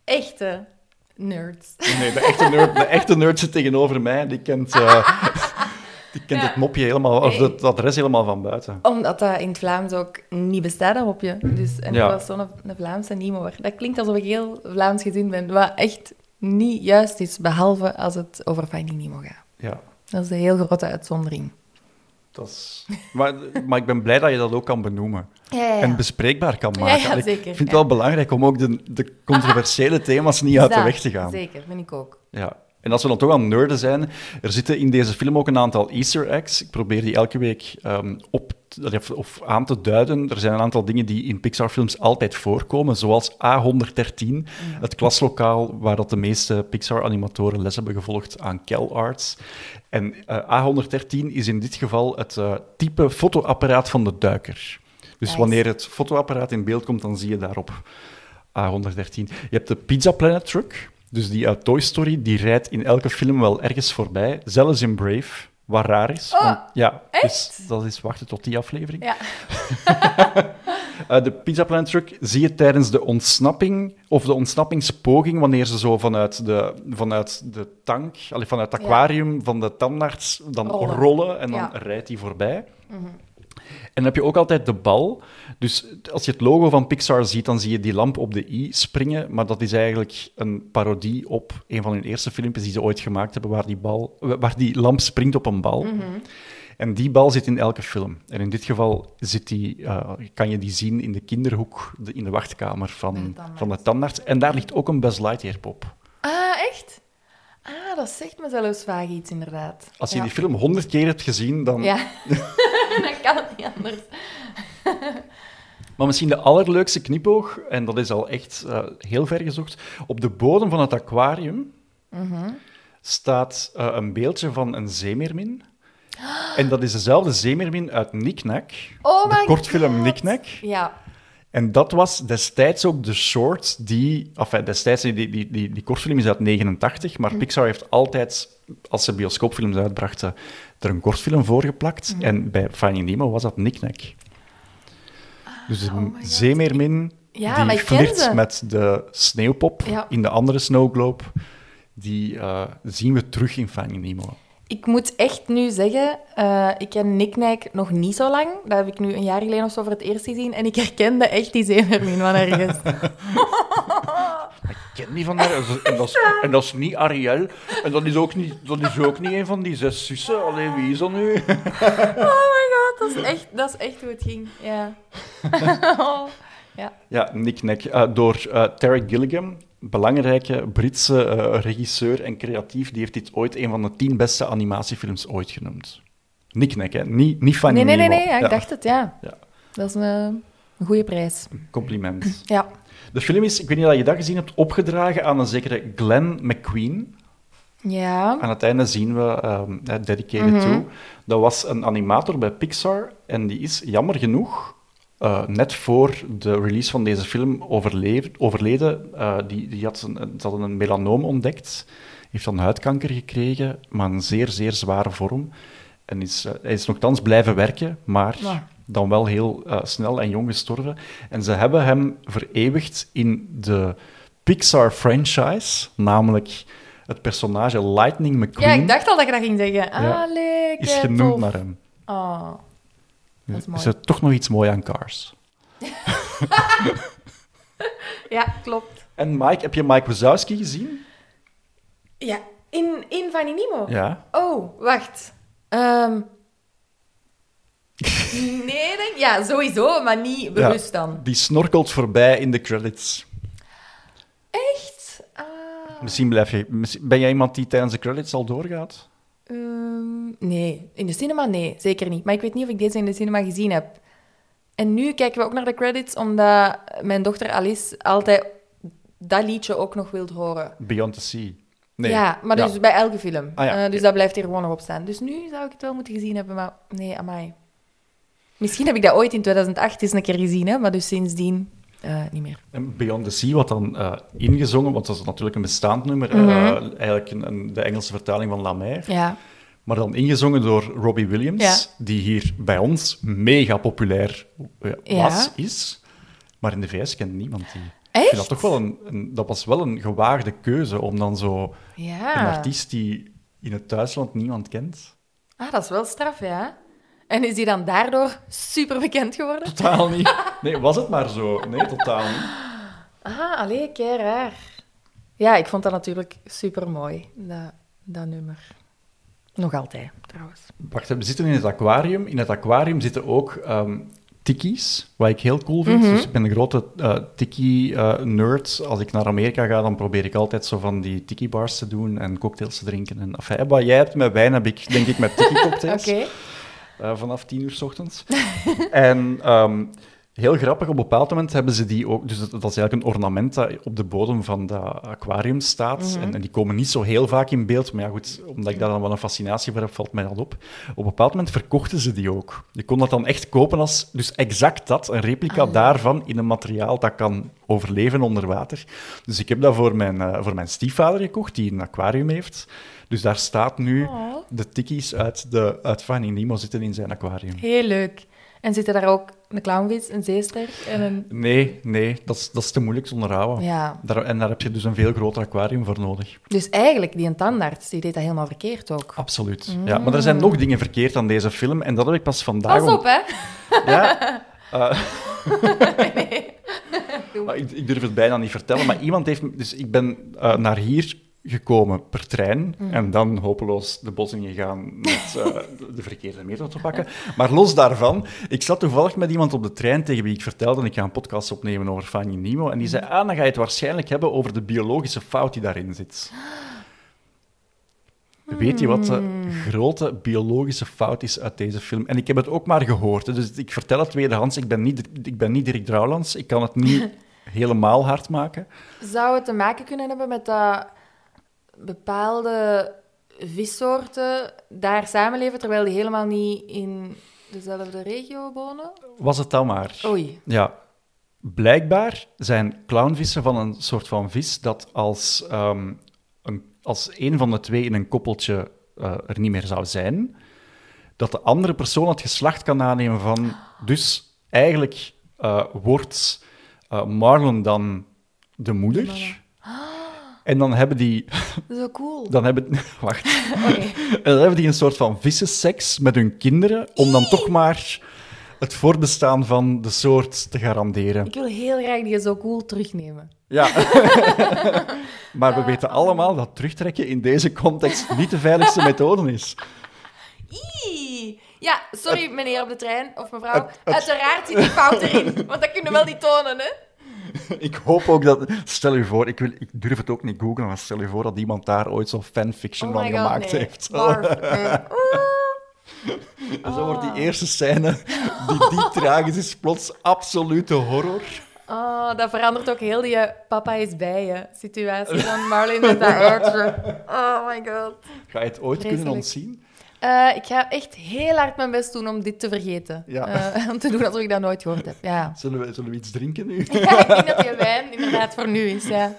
echte nerds. Nee, de echte nerd, de echte nerd zit tegenover mij. Die kent, uh, die kent Ja. het mopje helemaal, of Nee. het adres helemaal van buiten. Omdat dat in het Vlaams ook niet bestaat, dat mopje. Dus, en Ja. ik was zo'n een Vlaamse Nemo. Dat klinkt alsof ik heel Vlaams gezind ben, wat echt niet juist is, behalve als het over Finding Nemo gaat. Ja, Dat is een heel grote uitzondering. dat is... Maar, maar ik ben blij dat je dat ook kan benoemen. Ja, ja, ja. En bespreekbaar kan Ja, maken. ja, En ik zeker, vind het ja. wel belangrijk om ook de, de controversiële thema's niet Dus uit de dat, weg te gaan. Zeker, vind ik ook. Ja. En als we dan toch aan nerden zijn, er zitten in deze film ook een aantal easter eggs. Ik probeer die elke week um, op te- of, of aan te duiden. Er zijn een aantal dingen die in Pixar-films altijd voorkomen, zoals A honderddertien, het klaslokaal waar dat de meeste Pixar-animatoren les hebben gevolgd aan CalArts. En uh, A honderddertien is in dit geval het uh, type fotoapparaat van de duiker. Dus Nice. wanneer het fotoapparaat in beeld komt, dan zie je daarop A honderddertien. Je hebt de Pizza Planet truck, dus die uit Toy Story, die rijdt in elke film wel ergens voorbij, zelfs in Brave, wat raar is. Oh, want, ja, echt? Dus dat is wachten tot die aflevering. Ja. Uh, de Pizza Planet truck zie je tijdens de ontsnapping, of de ontsnappingspoging, wanneer ze zo vanuit de, vanuit de tank, allee, vanuit het Ja. aquarium van de tandarts dan rollen, Rollen. en dan Ja. rijdt hij voorbij. En dan heb je ook altijd de bal. Dus als je het logo van Pixar ziet, dan zie je die lamp op de i springen. Maar dat is eigenlijk een parodie op een van hun eerste filmpjes die ze ooit gemaakt hebben, waar die, bal, waar die lamp springt op een bal. En die bal zit in elke film. En in dit geval zit die, uh, kan je die zien in de kinderhoek, de, in de wachtkamer Bij van, de tandarts. van de tandarts. En daar ligt ook een Buzz Lightyear-pop. Ah, echt? Ah, dat zegt me zelfs vaag iets, inderdaad. Als je ja. die film honderd keer hebt gezien, dan... Ja, dat kan niet anders. Maar misschien de allerleukste knipoog, en dat is al echt uh, heel ver gezocht, op de bodem van het aquarium staat uh, een beeldje van een zeemeermin. En dat is dezelfde zeemeermin uit Knick-Knack, Oh de my kortfilm God. Knick-Knack. Ja. En dat was destijds ook de short die... Enfin, destijds, die, die, die, die kortfilm is uit negenentachtig, maar Pixar heeft altijd, als ze bioscoopfilms uitbrachten, er een kortfilm voor geplakt. En bij Finding Nemo was dat Knick-Knack. Dus de oh my God. zeemermin Ja, die maar ik ken flirt ze. met de sneeuwpop Ja. in de andere Snow Globe, die uh, zien we terug in Finding Nemo. Ik moet echt nu zeggen, uh, ik ken Knick-Knack nog niet zo lang. Dat heb ik nu een jaar geleden of zo voor het eerst gezien. En ik herkende echt die zeemermin van ergens. Ik ken die van daar. En dat, is, en dat is niet Ariel. En dat is ook niet, dat is ook niet een van die zes zussen. Allee, wie is dat nu? Oh my god, dat is echt, dat is echt hoe het ging. Ja. ja. Ja, Knick-Knack. Uh, door uh, Terry Gilliam, belangrijke Britse uh, regisseur en creatief, die heeft dit ooit een van de tien beste animatiefilms ooit genoemd. Knick-Knack, hè? Niet, niet Finding Nee, nee, nee, Nemo. nee, ja, ik Ja, dacht het, ja. Ja. Dat is een, een goede prijs. compliment. Ja. De film is, ik weet niet of je dat gezien hebt, opgedragen aan een zekere Glenn McQueen. Ja. Aan het einde zien we um, Dedicated Mhm. To. Dat was een animator bij Pixar en die is jammer genoeg uh, net voor de release van deze film overleefd, overleden. Uh, die, die had een, ze hadden een melanoom ontdekt, heeft dan huidkanker gekregen, maar een zeer, zeer zware vorm. En is, uh, hij is nogthans blijven werken, maar Ja. dan wel heel uh, snel en jong gestorven. En ze hebben hem vereeuwigd in de Pixar-franchise, namelijk het personage Lightning Ja, McQueen ik dacht al dat je dat ging zeggen. Ja. Allee, is kei genoemd tof. naar hem. Oh, dat is mooi. Is er toch nog iets moois aan Cars? Ja, klopt. En Mike, heb je Mike Wazowski gezien? Ja, in, in Finding Nemo? Ja. Oh, wacht. Ehm nee, denk ja, sowieso, maar niet bewust dan. Die snorkelt voorbij in de credits. Echt? Ah. Misschien blijf je... misschien- Ben jij iemand die tijdens de credits al doorgaat? Ehm, nee, in de cinema nee, zeker niet. Maar ik weet niet of ik deze in de cinema gezien heb. En nu kijken we ook naar de credits, omdat mijn dochter Alice altijd dat liedje ook nog wil horen. Beyond the Sea. Nee. Ja, maar dus bij elke film. Ah, ja. Eh, dus dat blijft hier gewoon nog op staan. Dus nu zou ik het wel moeten gezien hebben, maar nee, amai. Misschien heb ik dat ooit in tweeduizend acht eens een keer gezien, hè, maar dus sindsdien uh, niet meer. En Beyond the Sea, wat dan uh, ingezongen, want dat is natuurlijk een bestaand nummer, Mhm. uh, eigenlijk een, een, de Engelse vertaling van La Mer, Ja. maar dan ingezongen door Robbie Williams, Ja. die hier bij ons mega populair uh, Ja. was, is. Maar in de V S kent niemand die. Echt? Ik vind dat, toch wel een, een, dat was wel een gewaagde keuze om dan zo Ja. een artiest die in het thuisland niemand kent. Ah, dat is wel straf, ja. En is die dan daardoor super bekend geworden? Totaal niet. Nee, was het maar zo. Nee, totaal niet. Ah, allee, kei raar. Ja, ik vond dat natuurlijk super mooi, dat, dat nummer. Nog altijd, trouwens. Wacht, we zitten in het aquarium. In het aquarium zitten ook um, tikkies, wat ik heel cool vind. Mhm. Dus ik ben een grote uh, tikkie-nerd. Als ik naar Amerika ga, dan probeer ik altijd zo van die tikkie-bars te doen en cocktails te drinken. En, enfin, wat jij hebt met wijn, heb ik denk ik met tikkie-cocktails. Oké. Uh, vanaf tien uur 's ochtends. En um, heel grappig, op een bepaald moment hebben ze die ook... Dus dat, dat is eigenlijk een ornament dat op de bodem van dat aquarium staat. Mhm. En, en die komen niet zo heel vaak in beeld. Maar ja, goed, omdat ik daar dan wel een fascinatie voor heb, valt mij dat op. Op een bepaald moment verkochten ze die ook. Je kon dat dan echt kopen als... Dus exact dat, een replica Ah. daarvan in een materiaal dat kan overleven onder water. Dus ik heb dat voor mijn, uh, voor mijn stiefvader gekocht, die een aquarium heeft. Dus daar staat nu... Oh. De tikkies uit, de, uit Finding Nemo zitten in zijn aquarium. Heel leuk. En zitten daar ook een clownvis, een zeester en een... Nee, nee, dat is, dat is te moeilijk te onderhouden. Ja. Daar, en daar heb je dus een veel groter aquarium voor nodig. Dus eigenlijk, die een tandarts, die deed dat helemaal verkeerd ook. Absoluut. Ja, maar er zijn nog dingen verkeerd aan deze film. En dat heb ik pas vandaag... Pas op, hè. Ja. Uh, Nee. Doe. maar ik, ik durf het bijna niet vertellen, maar iemand heeft... me- Dus ik ben uh, naar hier gekomen per trein en dan hopeloos de bos ingegaan met uh, de, de verkeerde metro te pakken. Maar los daarvan, ik zat toevallig met iemand op de trein tegen wie ik vertelde, ik ga een podcast opnemen over Finding Nemo, en die zei, ah, dan ga je het waarschijnlijk hebben over de biologische fout die daarin zit. Weet je wat de grote biologische fout is uit deze film? En ik heb het ook maar gehoord, hè, dus ik vertel het tweedehands. Ik ben niet, ik ben niet Dirk Drouwlands, ik kan het niet helemaal hard maken. Zou het te maken kunnen hebben met dat bepaalde vissoorten daar samenleven, terwijl die helemaal niet in dezelfde regio wonen? Was het dan maar. Oei. Ja. Blijkbaar zijn clownvissen van een soort van vis dat als, um, een, als een van de twee in een koppeltje uh, er niet meer zou zijn, dat de andere persoon het geslacht kan aannemen van... Dus eigenlijk uh, wordt uh, Marlon dan de moeder. De mama. En dan hebben die... Zo cool. Dan hebben, wacht. Oké. En dan hebben die een soort van vissenseks met hun kinderen, om dan toch maar het voortbestaan van de soort te garanderen. Ik wil heel graag die zo cool terugnemen. Ja. Maar we weten allemaal dat terugtrekken in deze context niet de veiligste methode is. Ie. Ja, sorry meneer op de trein of mevrouw. Het- het- Uiteraard zit die fout erin, want dat kunnen we wel niet tonen, hè? Ik hoop ook dat... Stel je voor, ik, wil, ik durf het ook niet googlen, maar stel je voor dat iemand daar ooit zo'n fanfiction Oh van my god, gemaakt nee. heeft. Barf, nee. En zo wordt die eerste scène, die diep tragisch is, plots absolute horror. Oh, dat verandert ook heel die eh, papa is bij je situatie van Marlene met dat uitje. Oh my god. Ga je het ooit kunnen Vreselijk. ontzien? Uh, ik ga echt heel hard mijn best doen om dit te vergeten. Ja. Uh, om te doen alsof ik dat nooit gehoord heb. Ja. Zullen we, zullen we iets drinken nu? Ja, ik denk dat die wijn inderdaad voor nu is, ja.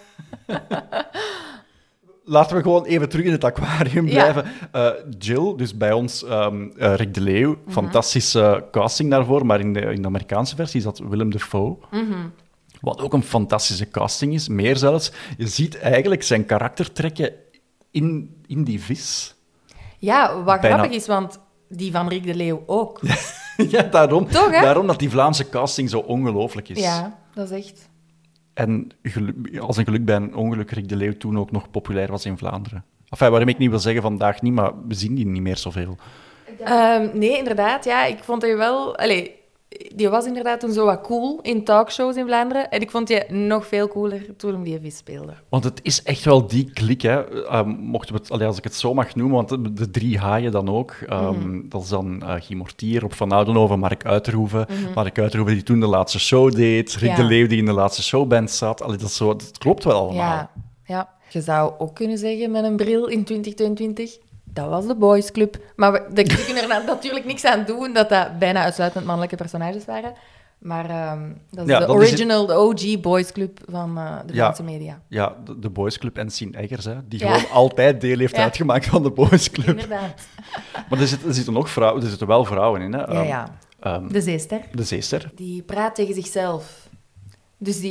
Laten we gewoon even terug in het aquarium Ja. blijven. Uh, Jill, dus bij ons um, uh, Rick de Leeuw, Mhm. fantastische casting daarvoor, maar in de, in de Amerikaanse versie zat Willem Dafoe. Mhm. Wat ook een fantastische casting is, meer zelfs. Je ziet eigenlijk zijn karaktertrekken in, in die vis. Ja, wat Bijna- grappig is, want die van Rick de Leeuw ook. Ja, daarom, Toch, hè? daarom dat die Vlaamse casting zo ongelooflijk is. Ja, dat is echt... En gelu- als een geluk bij een ongeluk Rick de Leeuw toen ook nog populair was in Vlaanderen. Enfin, waarom ik niet wil zeggen vandaag niet, maar we zien die niet meer zoveel. Um, nee, inderdaad. Ja, ik vond hij wel... Allee, die was inderdaad toen zo wat cool in talkshows in Vlaanderen. En ik vond die nog veel cooler toen hem die vis speelde. Want het is echt wel die klik, hè. Um, mochten we het, allee, als ik het zo mag noemen, want de, de drie haaien dan ook. Um, Mhm. Dat is dan uh, Guy Mortier, Rob van Oudenhoven, Mark Uiterhoeven. Mhm. Mark Uiterhoeven die toen de laatste show deed. Rick Ja. de Leeuw die in de laatste showband zat. Allee, dat, is zo, dat klopt wel allemaal. Ja, ja. Je zou ook kunnen zeggen met een bril in twintig tweeëntwintig... Dat was de Boys Club. Maar we, de, we kunnen er na- natuurlijk niks aan doen dat dat bijna uitsluitend mannelijke personages waren. Maar ehm, dat is Ja, de dat is het- original, de O G Boys Club van eh, de Ja. Vlaamse media. Ja, de, de Boys Club en Sien Eggers, hè, die Ja. gewoon altijd deel heeft Ja. uitgemaakt van de Boys Club. Inderdaad. Maar er zitten, er zitten nog vrouwen, er zitten wel vrouwen in. Hè. Ja, Um, ja. um, De zeester. de zeester. Die praat tegen zichzelf. Dus die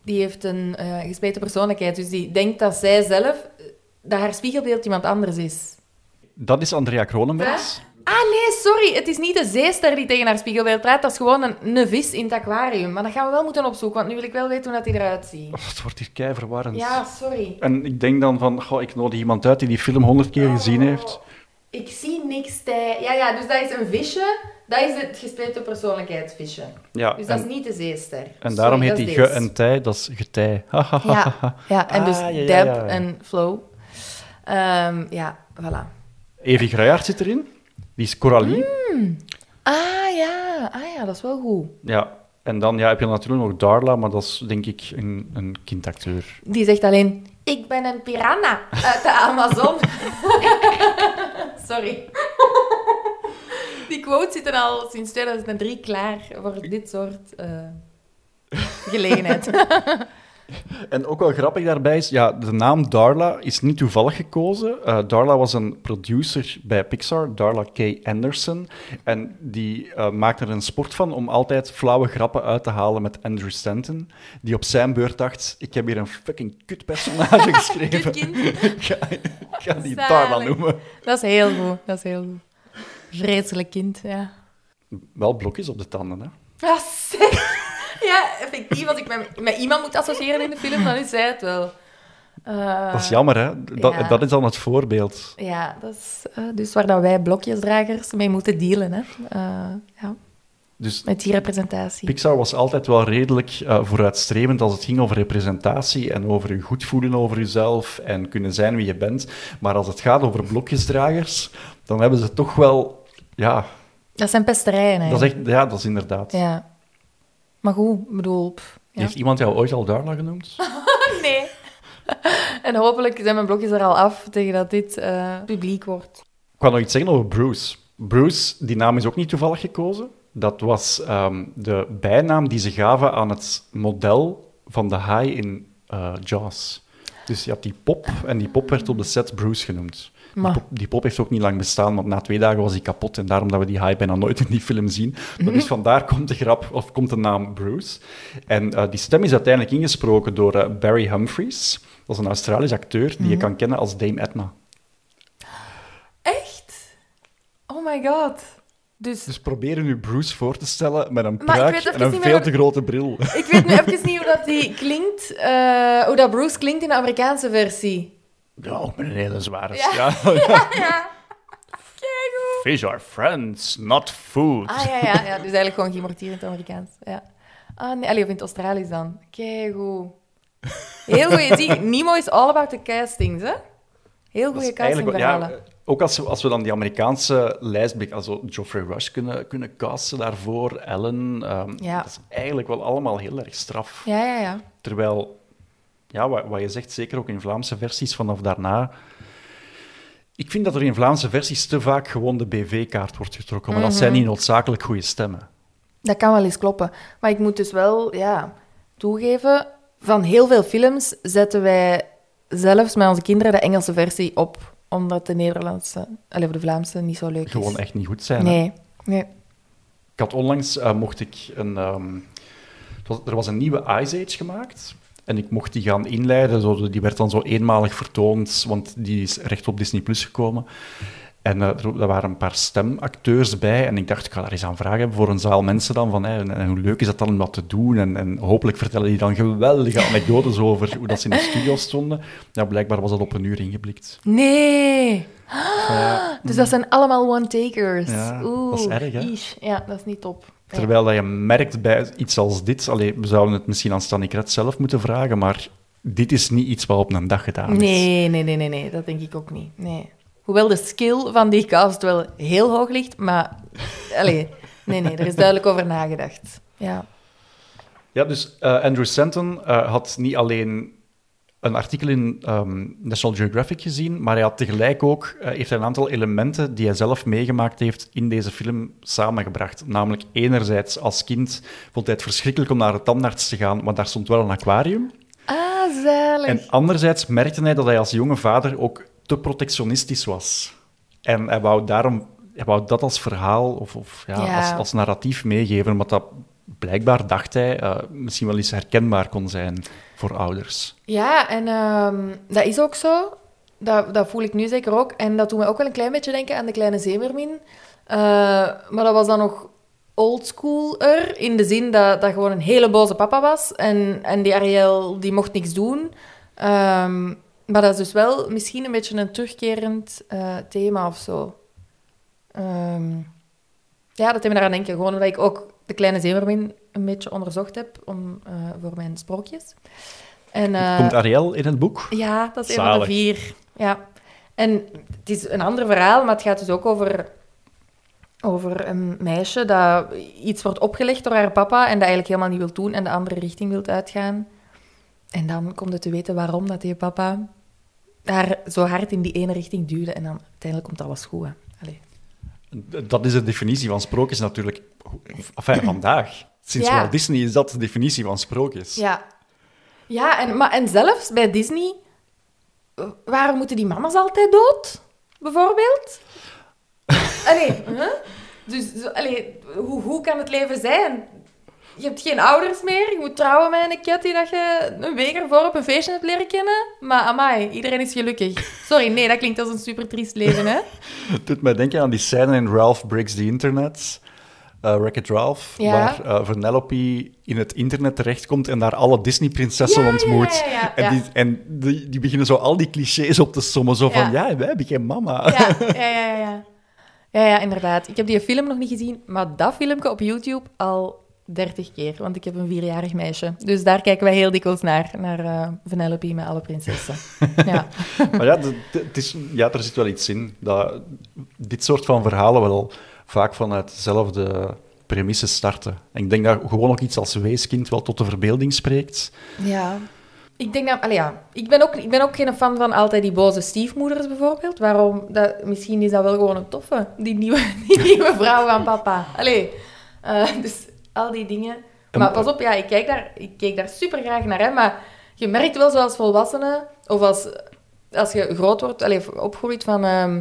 die heeft een uh, gespleten persoonlijkheid. Dus die denkt dat zij zelf, dat haar spiegelbeeld iemand anders is. Dat is Andrea Cronenbergs. Huh? Ah, nee, sorry. Het is niet de zeester die tegen haar spiegelbeeld praat. Dat is gewoon een, een vis in het aquarium. Maar dat gaan we wel moeten opzoeken, want nu wil ik wel weten hoe dat hij eruit ziet. Oh, het wordt hier kei verwarrend. Ja, sorry. En ik denk dan van, goh, ik nodig iemand uit die die film honderd keer gezien oh, heeft. Ik zie niks tij. Ja, ja, dus dat is een visje. Dat is het gespleten persoonlijkheidsvisje. Ja, dus dat en, is niet de zeester. En sorry, daarom heet die ge deze. en tij, dat is getij. ja, ja, en dus ah, ja, ja, Deb ja, ja. en Flo. Um, ja, voilà. Evie Gruijaert zit erin. Die is Coralie. Mm. Ah, ja. ah ja, dat is wel goed. Ja, en dan ja, heb je natuurlijk nog Darla, maar dat is denk ik een, een kindacteur. Die zegt alleen, ik ben een piranha uit de Amazon. Sorry. Die quotes zitten al sinds tweeduizend drie klaar voor dit soort uh, gelegenheid. En ook wel grappig daarbij is, ja, de naam Darla is niet toevallig gekozen. Uh, Darla was een producer bij Pixar, Darla K. Anderson. En die uh, maakte er een sport van om altijd flauwe grappen uit te halen met Andrew Stanton, die op zijn beurt dacht, ik heb hier een fucking kut personage geschreven. Ik ga, ik ga die Darla noemen. Dat is heel goed, dat is heel goed. Vreselijk kind, ja. Wel blokjes op de tanden, hè? Ja, zeg. Ja, effectief. Als ik met, met iemand moet associëren in de film, dan is zij het wel. Uh, dat is jammer, hè? Dat, ja. dat is dan het voorbeeld. Ja, dat is uh, dus waar dat wij blokjesdragers mee moeten dealen, hè. Uh, ja. Dus met die representatie. Pixar was altijd wel redelijk uh, vooruitstrevend als het ging over representatie en over je goed voelen over jezelf en kunnen zijn wie je bent. Maar als het gaat over blokjesdragers, dan hebben ze toch wel... Ja, dat zijn pesterijen, hè. Dat is echt, ja, dat is inderdaad. Ja. Maar goed, ik bedoel... Ja. Heeft iemand jou ooit al Darla genoemd? Nee. En hopelijk zijn mijn blokjes er al af tegen dat dit uh, publiek wordt. Ik wou nog iets zeggen over Bruce. Bruce, die naam is ook niet toevallig gekozen. Dat was um, de bijnaam die ze gaven aan het model van de haai in uh, Jaws. Dus je had die pop, en die pop werd op de set Bruce genoemd. Die pop, die pop heeft ook niet lang bestaan, want na twee dagen was hij kapot. En daarom dat we die haai bijna nooit in die film zien. Mm-hmm. Dus vandaar komt de grap, of komt de naam Bruce. En uh, die stem is uiteindelijk ingesproken door uh, Barry Humphries. Dat is een Australisch acteur die mm-hmm. je kan kennen als Dame Edna. Echt? Oh my god. Dus... dus probeer nu Bruce voor te stellen met een pruik en een veel meer... te grote bril. Ik weet nu even niet hoe dat die klinkt, uh, hoe dat Bruce klinkt in de Amerikaanse versie. Ja, ook met een hele zware ja. stem. Ja, ja. ja. Keigoed. Fish are friends, not food. Ah, ja, ja, ja. Dus eigenlijk gewoon gemorteerd in het Amerikaans. Ja. Ah, nee. Allee, of in het Australisch dan. Keigoed. Heel goed. Je ziet, Nemo is all about the castings, hè? Heel goede castingverhalen. Ja, ook als we, als we dan die Amerikaanse lijst... Also Geoffrey Rush kunnen, kunnen casten daarvoor, Ellen... Um, ja. Dat is eigenlijk wel allemaal heel erg straf. Ja, ja, ja. Terwijl, ja, wat, wat je zegt, zeker ook in Vlaamse versies vanaf daarna... Ik vind dat er in Vlaamse versies te vaak gewoon de B V-kaart wordt getrokken. Maar mm-hmm. dat zijn niet noodzakelijk goede stemmen. Dat kan wel eens kloppen. Maar ik moet dus wel ja, toegeven... Van heel veel films zetten wij zelfs met onze kinderen de Engelse versie op. Omdat de Nederlandse, of de Vlaamse, niet zo leuk is. Gewoon echt niet goed zijn. Nee, nee. Ik had onlangs, uh, mocht ik een... Um, was, er was een nieuwe Ice Age gemaakt. En ik mocht die gaan inleiden. Zo, die werd dan zo eenmalig vertoond, want die is recht op Disney Plus gekomen. En uh, er, er waren een paar stemacteurs bij. En ik dacht, ik ga daar eens aan vragen voor een zaal mensen dan. Van, hey, en, en hoe leuk is dat dan om dat te doen? En, en hopelijk vertellen die dan geweldige anekdotes over hoe dat ze in de studio stonden. Ja, blijkbaar was dat op een uur ingeblikt. Nee! Uh, dus dat zijn allemaal one-takers. Ja, Oeh, dat is erg, hè? Ish. Ja, dat is niet top. Terwijl dat je merkt bij iets als dit... Allee, we zouden het misschien aan Stanley Kret zelf moeten vragen, maar dit is niet iets wat op een dag gedaan is. Nee, nee, nee, nee, nee. Dat denk ik ook niet. Nee. Hoewel de skill van die cast wel heel hoog ligt, maar... Allee, nee, nee, er is duidelijk over nagedacht. Ja, ja dus uh, Andrew Stanton uh, had niet alleen een artikel in um, National Geographic gezien, maar hij had tegelijk ook uh, heeft een aantal elementen die hij zelf meegemaakt heeft in deze film samengebracht. Namelijk enerzijds als kind vond hij het verschrikkelijk om naar de tandarts te gaan, maar daar stond wel een aquarium. Ah, zalig. En anderzijds merkte hij dat hij als jonge vader ook te protectionistisch was. En hij wou daarom hij wou dat als verhaal of, of ja, ja. Als, als narratief meegeven, maar dat blijkbaar dacht hij uh, misschien wel eens herkenbaar kon zijn voor ouders. Ja, en um, dat is ook zo. Dat, dat voel ik nu zeker ook. En dat doet me ook wel een klein beetje denken aan de kleine zeemermin. Uh, maar dat was dan nog oldschooler, in de zin dat dat gewoon een hele boze papa was. En, en die Ariel, die mocht niks doen. Um, maar dat is dus wel misschien een beetje een terugkerend uh, thema of zo. Um, ja, dat deed me daaraan denken. Gewoon omdat ik ook de kleine zeemermin een beetje onderzocht heb om, uh, voor mijn sprookjes. En, uh, Komt Ariel in het boek? Ja, dat is Zalig. een van de vier. Ja. En het is een ander verhaal, maar het gaat dus ook over, over een meisje dat iets wordt opgelegd door haar papa en dat eigenlijk helemaal niet wil doen en de andere richting wil uitgaan. En dan komt het te weten waarom dat die papa haar zo hard in die ene richting duwde en dan uiteindelijk komt alles goed. Hè. Allee. Dat is de definitie van sprookjes natuurlijk. Enfin, vandaag. Sinds Ja. Walt Disney is dat de definitie van sprookjes. Ja, ja en, maar, en zelfs bij Disney, waarom moeten die mama's altijd dood, bijvoorbeeld? Allee, huh? Dus, zo, allee, hoe, hoe kan het leven zijn? Je hebt geen ouders meer, je moet trouwen met een cat die dat je een week ervoor op een feestje hebt leren kennen. Maar amai, iedereen is gelukkig. Sorry, nee, dat klinkt als een super triest leven, hè? Het doet mij denken aan die scène in Ralph Breaks the Internet, uh, Wreck-It Ralph, Ja. waar uh, Vanellope in het internet terechtkomt en daar alle Disney-prinsessen Ja, ja, ontmoet. ja, ja, ja. En, die, en die, die beginnen zo al die clichés op te sommen, zo van, Ja. ja, wij hebben geen mama. Ja, ja, ja, ja, ja. Ja, ja, inderdaad. Ik heb die film nog niet gezien, maar dat filmpje op YouTube al dertig keer, want ik heb een vierjarig meisje. Dus daar kijken wij heel dikwijls naar, naar uh, Vanellope met alle prinsessen. Ja. Maar ja, de- de- het is, ja, er zit wel iets in. Dat dit soort van verhalen wel vaak vanuit dezelfde premissen starten. En ik denk dat gewoon ook iets als weeskind wel tot de verbeelding spreekt. Ja. Ik denk dat... Allee, ja. Ik ben, ook, ik ben ook geen fan van altijd die boze stiefmoeders, bijvoorbeeld. Waarom? Dat, misschien is dat wel gewoon een toffe, die nieuwe, die nieuwe vrouw van papa. Allee. Uh, dus al die dingen. Maar pas op, ja, ik kijk daar, ik keek daar super graag naar, hè, maar je merkt wel zoals volwassene, of als, als je groot wordt, allee, opgroeit van... Um,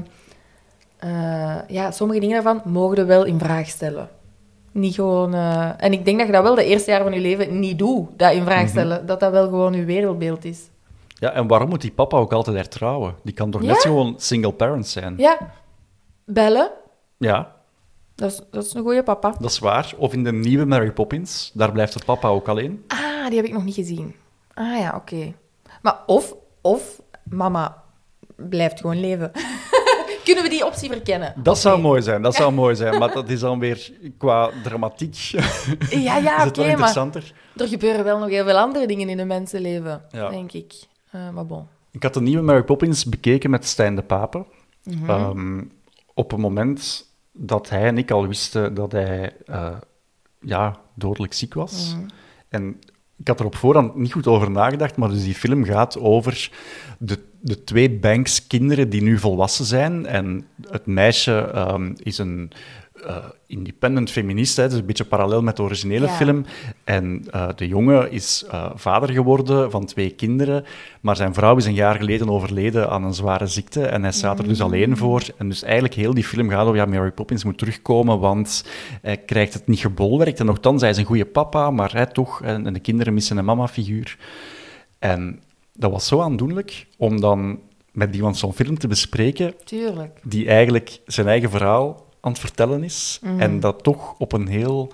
uh, ja, sommige dingen daarvan mogen we wel in vraag stellen. Niet gewoon... Uh, en ik denk dat je dat wel de eerste jaren van je leven niet doet, dat in vraag stellen. Mm-hmm. Dat dat wel gewoon je wereldbeeld is. Ja, en waarom moet die papa ook altijd hertrouwen? Die kan toch Ja? net gewoon single parent zijn? Ja. Bellen. Ja, Dat is, dat is een goeie papa. dat is waar. Of in de nieuwe Mary Poppins, daar blijft de papa ook alleen. Ah, die heb ik nog niet gezien. Ah ja, oké. Okay. Maar of, of mama blijft gewoon leven. Kunnen we die optie verkennen? Dat zou mooi zijn, dat zou mooi zijn. Maar dat is dan weer qua dramatiek. Ja, ja, is het wel oké, maar interessanter. er gebeuren wel nog heel veel andere dingen in een mensenleven, Ja. denk ik. Uh, maar bon. Ik had de nieuwe Mary Poppins bekeken met Stijn de Pape. Mm-hmm. Um, op een moment dat hij en ik al wisten dat hij uh, ja, dodelijk ziek was. Mm. En ik had er op voorhand niet goed over nagedacht, maar dus die film gaat over de, de twee Banks kinderen die nu volwassen zijn. En het meisje um, is een uh, independent feminist, hè, dus een beetje parallel met de originele Ja. film. En uh, de jongen is uh, vader geworden van twee kinderen, maar zijn vrouw is een jaar geleden overleden aan een zware ziekte en hij staat er dus alleen voor. En dus eigenlijk heel die film gaat over, ja, Mary Poppins moet terugkomen, want hij krijgt het niet gebolwerkt. En nogthans, hij is een goede papa, maar hij toch, en, en de kinderen missen een mama-figuur. En dat was zo aandoenlijk om dan met iemand zo'n film te bespreken, Tuurlijk. die eigenlijk zijn eigen verhaal aan het vertellen is. Mhm. En dat toch op een heel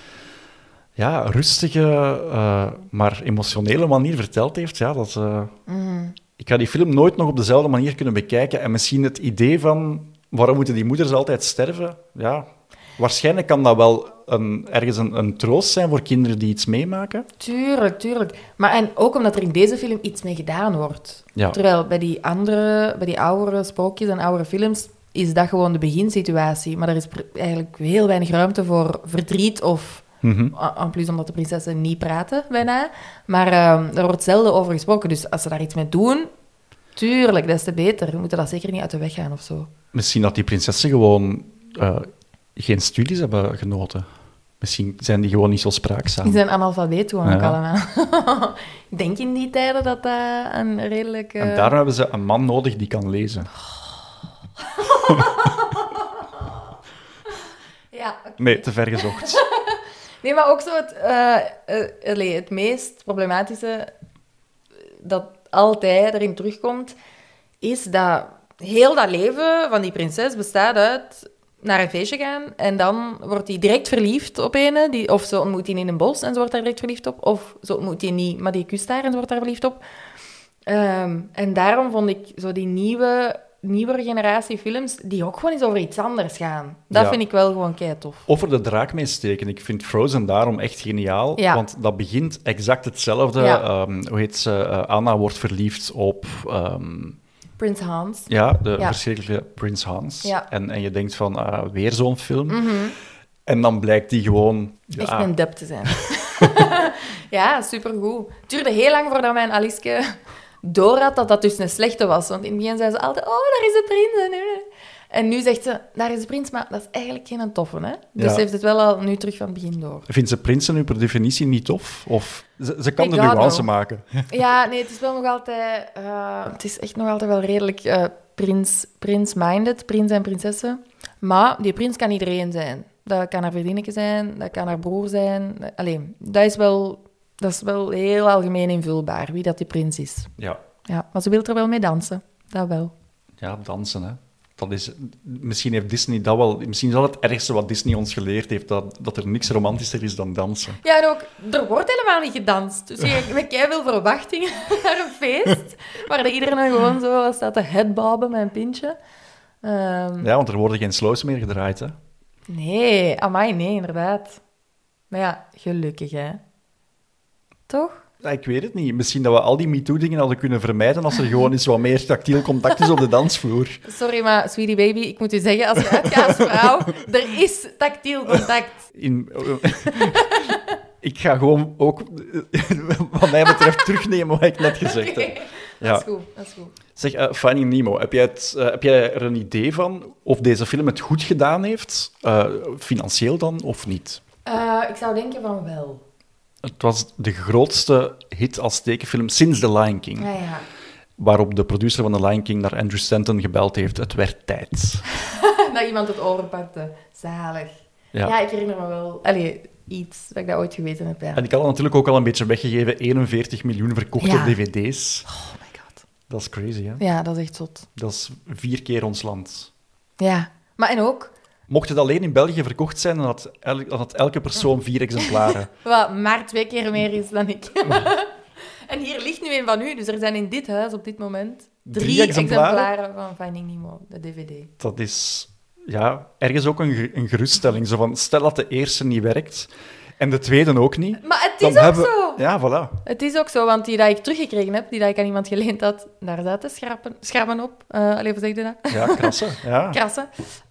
ja, rustige, uh, maar emotionele manier verteld heeft. Ja, dat, uh, Mhm. ik ga die film nooit nog op dezelfde manier kunnen bekijken. En misschien het idee van waarom moeten die moeders altijd sterven? Ja, waarschijnlijk kan dat wel een, ergens een, een troost zijn voor kinderen die iets meemaken. Tuurlijk, tuurlijk. Maar en ook omdat er in deze film iets mee gedaan wordt. Ja. Terwijl bij die andere, bij die oudere sprookjes en oudere films is dat gewoon de beginsituatie. Maar er is pr- eigenlijk heel weinig ruimte voor verdriet of... Mm-hmm. En plus omdat de prinsessen niet praten, bijna. Maar uh, er wordt zelden over gesproken. Dus als ze daar iets mee doen, tuurlijk, des te beter. We moeten dat zeker niet uit de weg gaan of zo. Misschien dat die prinsessen gewoon uh, geen studies hebben genoten. Misschien zijn die gewoon niet zo spraakzaam. Die zijn analfabeet gewoon ook Ja. allemaal. Ik denk in die tijden dat dat een redelijk... Uh... En daarom hebben ze een man nodig die kan lezen. Ja, okay. Nee, te ver gezocht. Nee, maar ook zo het, uh, uh, allee, het meest problematische dat altijd erin terugkomt, is dat heel dat leven van die prinses bestaat uit naar een feestje gaan en dan wordt hij direct verliefd op een, die, of ze ontmoet hij in een bos en ze wordt daar direct verliefd op, of ze ontmoet hij niet, maar die kust daar en ze wordt daar verliefd op. Um, en daarom vond ik zo die nieuwe, nieuwere generatie films, die ook gewoon eens over iets anders gaan. Dat Ja. vind ik wel gewoon kei tof. Of er de draak mee steken. Ik vind Frozen daarom echt geniaal, Ja. want dat begint exact hetzelfde. Ja. Um, hoe heet ze? Uh, Anna wordt verliefd op... Um, Prins Hans. ja, de Ja. verschrikkelijke Prins Hans. Ja. En, en je denkt van, uh, weer zo'n film. Mm-hmm. En dan blijkt die gewoon... Echt Ja, een dub te zijn. Ja, supergoed. Het duurde heel lang voordat mijn Aliske door had dat dat dus een slechte was. Want in het begin zei ze altijd, oh, daar is de prins. En nu zegt ze, daar is de prins, maar dat is eigenlijk geen toffe, hè? Dus Ja. ze heeft het wel al nu terug van het begin door. vindt ze prinsen nu per definitie niet tof? Of ze, ze kan Ik de God nuance know. maken. Ja, nee, het is wel nog altijd... eh, het is echt nog altijd wel redelijk eh, prins, prins-minded, prins en prinsessen. Maar die prins kan iedereen zijn. Dat kan haar vriendinnetje zijn, dat kan haar broer zijn. Allee, dat is wel, dat is wel heel algemeen invulbaar, wie dat die prins is. Ja. Ja, maar ze wil er wel mee dansen. Dat wel. Ja, dansen, hè. Dat is, misschien heeft Disney dat wel... Misschien is dat het ergste wat Disney ons geleerd heeft, dat, dat er niks romantischer is dan dansen. Ja, en ook, er wordt helemaal niet gedanst. Dus je hebt met keiveel verwachtingen naar een feest, waar de iedereen dan gewoon zo staat te headbobben met een pintje. Ehm, Ja, want er worden geen slows meer gedraaid, hè. Nee, amai, nee, inderdaad. Maar ja, gelukkig, hè. Toch? Ja, ik weet het niet. Misschien dat we al die MeToo-dingen hadden kunnen vermijden als er gewoon eens wat meer tactiel contact is op de dansvloer. Sorry, maar sweetie baby, ik moet u zeggen, als je uitgaat als vrouw, er is tactiel contact. In, ik ga gewoon ook, wat mij betreft, terugnemen wat ik net gezegd heb. Oké, Ja. dat is goed, dat is goed. Zeg, uh, Finding Nemo, heb jij, het, uh, heb jij er een idee van of deze film het goed gedaan heeft? Uh, financieel dan, of niet? Uh, ik zou denken van wel. Het was de grootste hit als tekenfilm sinds The Lion King. Ja, ja. Waarop de producer van The Lion King naar Andrew Stanton gebeld heeft. Het werd tijd. Dat iemand het oren pakte. Zalig. Ja. Ja, ik herinner me wel. Allee, iets dat ik dat ooit geweten heb, ja. En ik had het natuurlijk ook al een beetje weggegeven. eenenveertig miljoen verkochte Ja. D V D's. Oh my god. Dat is crazy, hè? Ja, dat is echt zot. Dat is vier keer ons land. Ja. Maar en ook, Mocht het alleen in België verkocht zijn, dan had, el- dan had elke persoon vier exemplaren. wat maar twee keer meer is dan ik. En hier ligt nu een van u, dus er zijn in dit huis op dit moment drie, Drie exemplaren? exemplaren van Finding Nemo, de D V D. Dat is ja, ergens ook een, ge- een geruststelling. Zo van, stel dat de eerste niet werkt en de tweede ook niet. Maar het Dan is ook hebben... zo. Ja, voilà. Het is ook zo, want die dat ik teruggekregen heb, die dat ik aan iemand geleend had, daar zaten schrappen, schrammen op. Uh, allee, hoe zeg je dat? Ja, krassen. Ja. Krassen.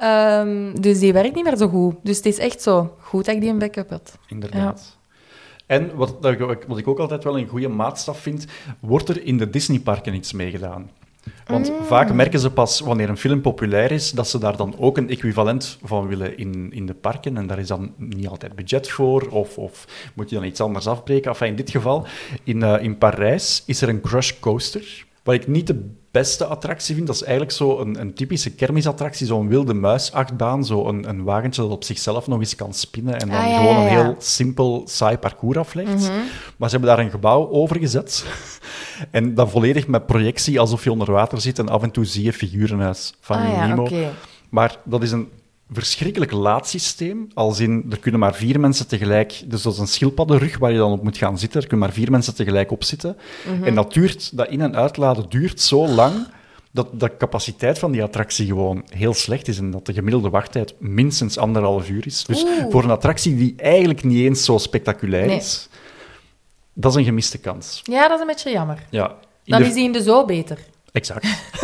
Um, dus die werkt niet meer zo goed. Dus het is echt zo goed dat ik die een backup had. Inderdaad. En wat, dat ik- wat ik ook altijd wel een goede maatstaf vind, wordt er in de Disneyparken iets mee gedaan? Want Mm. vaak merken ze pas wanneer een film populair is, dat ze daar dan ook een equivalent van willen in, in de parken. En daar is dan niet altijd budget voor, of, of moet je dan iets anders afbreken. Enfin, in dit geval, in, uh, in Parijs is er een Crush Coaster. Wat ik niet de beste attractie vind, dat is eigenlijk zo een, een typische kermisattractie, zo'n wilde muisachtbaan, zo een, een wagentje dat op zichzelf nog eens kan spinnen en dan Ah, ja, gewoon ja, een ja. heel simpel, saai parcours aflegt. Mhm. Maar ze hebben daar een gebouw over gezet. En dat volledig met projectie, alsof je onder water zit. En af en toe zie je figuren uit Finding Ah ja, Nemo. oké. Maar dat is een verschrikkelijk laadsysteem. Als in, er kunnen maar vier mensen tegelijk... Dus dat is een schildpaddenrug waar je dan op moet gaan zitten. Er kunnen maar vier mensen tegelijk op zitten. Mhm. En dat duurt, dat in- en uitladen duurt zo lang... dat de capaciteit van die attractie gewoon heel slecht is en dat de gemiddelde wachttijd minstens anderhalf uur is. Dus Oeh. voor een attractie die eigenlijk niet eens zo spectaculair Nee. is, dat is een gemiste kans. Ja, dat is een beetje jammer. Ja, in Dan de... is die in de zo beter. Exact.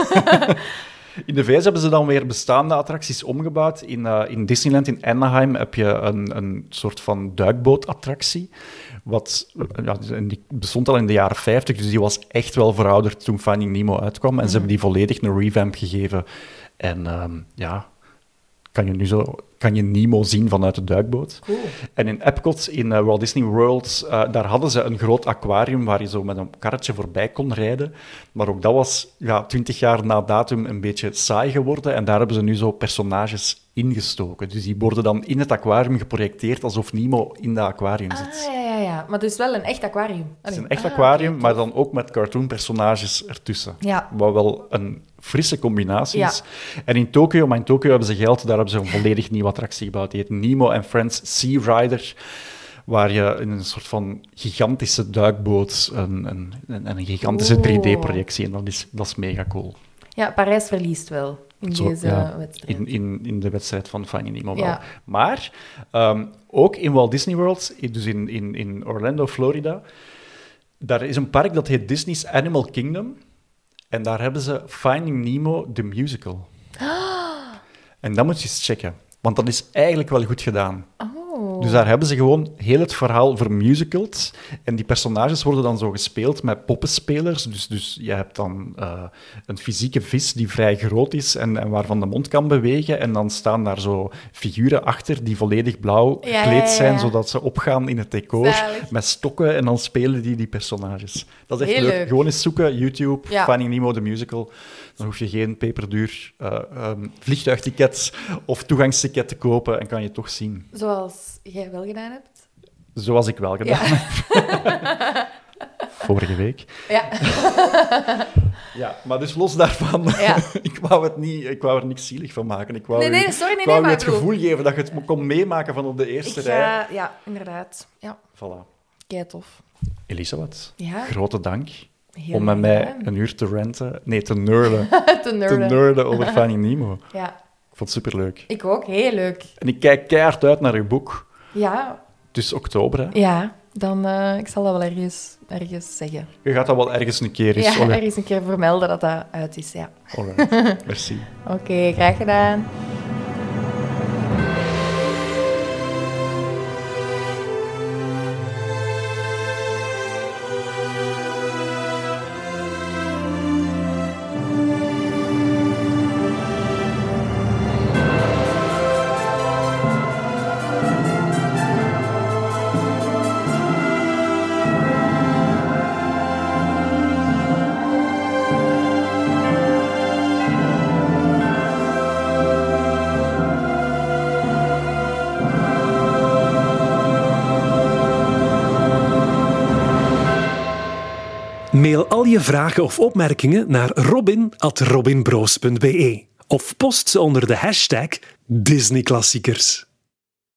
In de V S hebben ze dan weer bestaande attracties omgebouwd. In, uh, in Disneyland in Anaheim heb je een, een soort van duikbootattractie. Wat, ja, en die bestond al in de jaren vijftig, dus die was echt wel verouderd toen Finding Nemo uitkwam. En ze Mhm. hebben die volledig een revamp gegeven. En um, ja, kan je nu zo kan je Nemo zien vanuit de duikboot. Cool. En in Epcot, in uh, Walt Disney World, uh, daar hadden ze een groot aquarium waar je zo met een karretje voorbij kon rijden. Maar ook dat was ja, twintig jaar na datum een beetje saai geworden. En daar hebben ze nu zo personages ingestoken. Dus die worden dan in het aquarium geprojecteerd alsof Nemo in dat aquarium Ah, zit. ja, ja, ja. Maar dus wel een echt aquarium. Het is een Allee. echt Ah, aquarium, oké, maar tof. dan ook met cartoonpersonages ertussen. Ja. Wat wel een frisse combinatie Ja. is. En in Tokio, maar in Tokio hebben ze geld, daar hebben ze een volledig nieuwe attractie gebouwd. Die heet Nemo and Friends Sea Rider, waar je in een soort van gigantische duikboot een, een, een, een gigantische Oeh. drie D-projectie. En dat is, dat is mega cool. Ja, Parijs verliest wel in Zo, deze ja, wedstrijd. In, in, in de wedstrijd van Finding Nemo wel. Ja. Maar ehm, ook in Walt Disney World, dus in, in, in Orlando, Florida, daar is een park dat heet Disney's Animal Kingdom. En daar hebben ze Finding Nemo, the musical. En dat moet je eens checken. Want dat is eigenlijk wel goed gedaan. Oh. Dus daar hebben ze gewoon heel het verhaal vermusicald. En die personages worden dan zo gespeeld met poppenspelers. Dus, dus je hebt dan uh, een fysieke vis die vrij groot is en, en waarvan de mond kan bewegen. En dan staan daar zo figuren achter die volledig blauw Ja, gekleed ja, ja, zijn, ja. zodat ze opgaan in het decor Zalig. met stokken. En dan spelen die die personages. Dat is echt Heel leuk. leuk. Gewoon eens zoeken, YouTube, Ja. Finding Nemo, the musical. Dan hoef je geen peperduur uh, um, vliegtuigticket of toegangsticket te kopen en kan je het toch zien. Zoals jij wel gedaan hebt. Zoals ik wel gedaan Ja. heb. Vorige week. Ja. Ja, maar dus los daarvan, Ja. ik, wou het niet, ik wou er niks zielig van maken. Ik wou Nee, u, nee, sorry, nee, ik wou nee, u maar het ik bedoel- gevoel geven dat je het kon meemaken van op de eerste Ik rij. ga... Ja, inderdaad. Ja, Voilà. kei tof. Elisabeth, Ja. grote dank Heel om met graag mij gedaan. een uur te renten. Nee, te nerden. te te nerden. nerden over Finding Nemo. Ja, Ik vond het superleuk. ik ook. Heel leuk. En ik kijk keihard uit naar uw boek. Ja, Het is oktober, hè? ja. Dan, eh, ik zal dat wel ergens, ergens zeggen. Je gaat dat wel ergens een keer eens... Ja, Allee. ergens een keer vermelden dat dat uit is, ja. Alright, merci. Oké, graag gedaan. Mail al je vragen of opmerkingen naar robin at robinbroos punt be of post ze onder de hashtag Disneyklassiekers.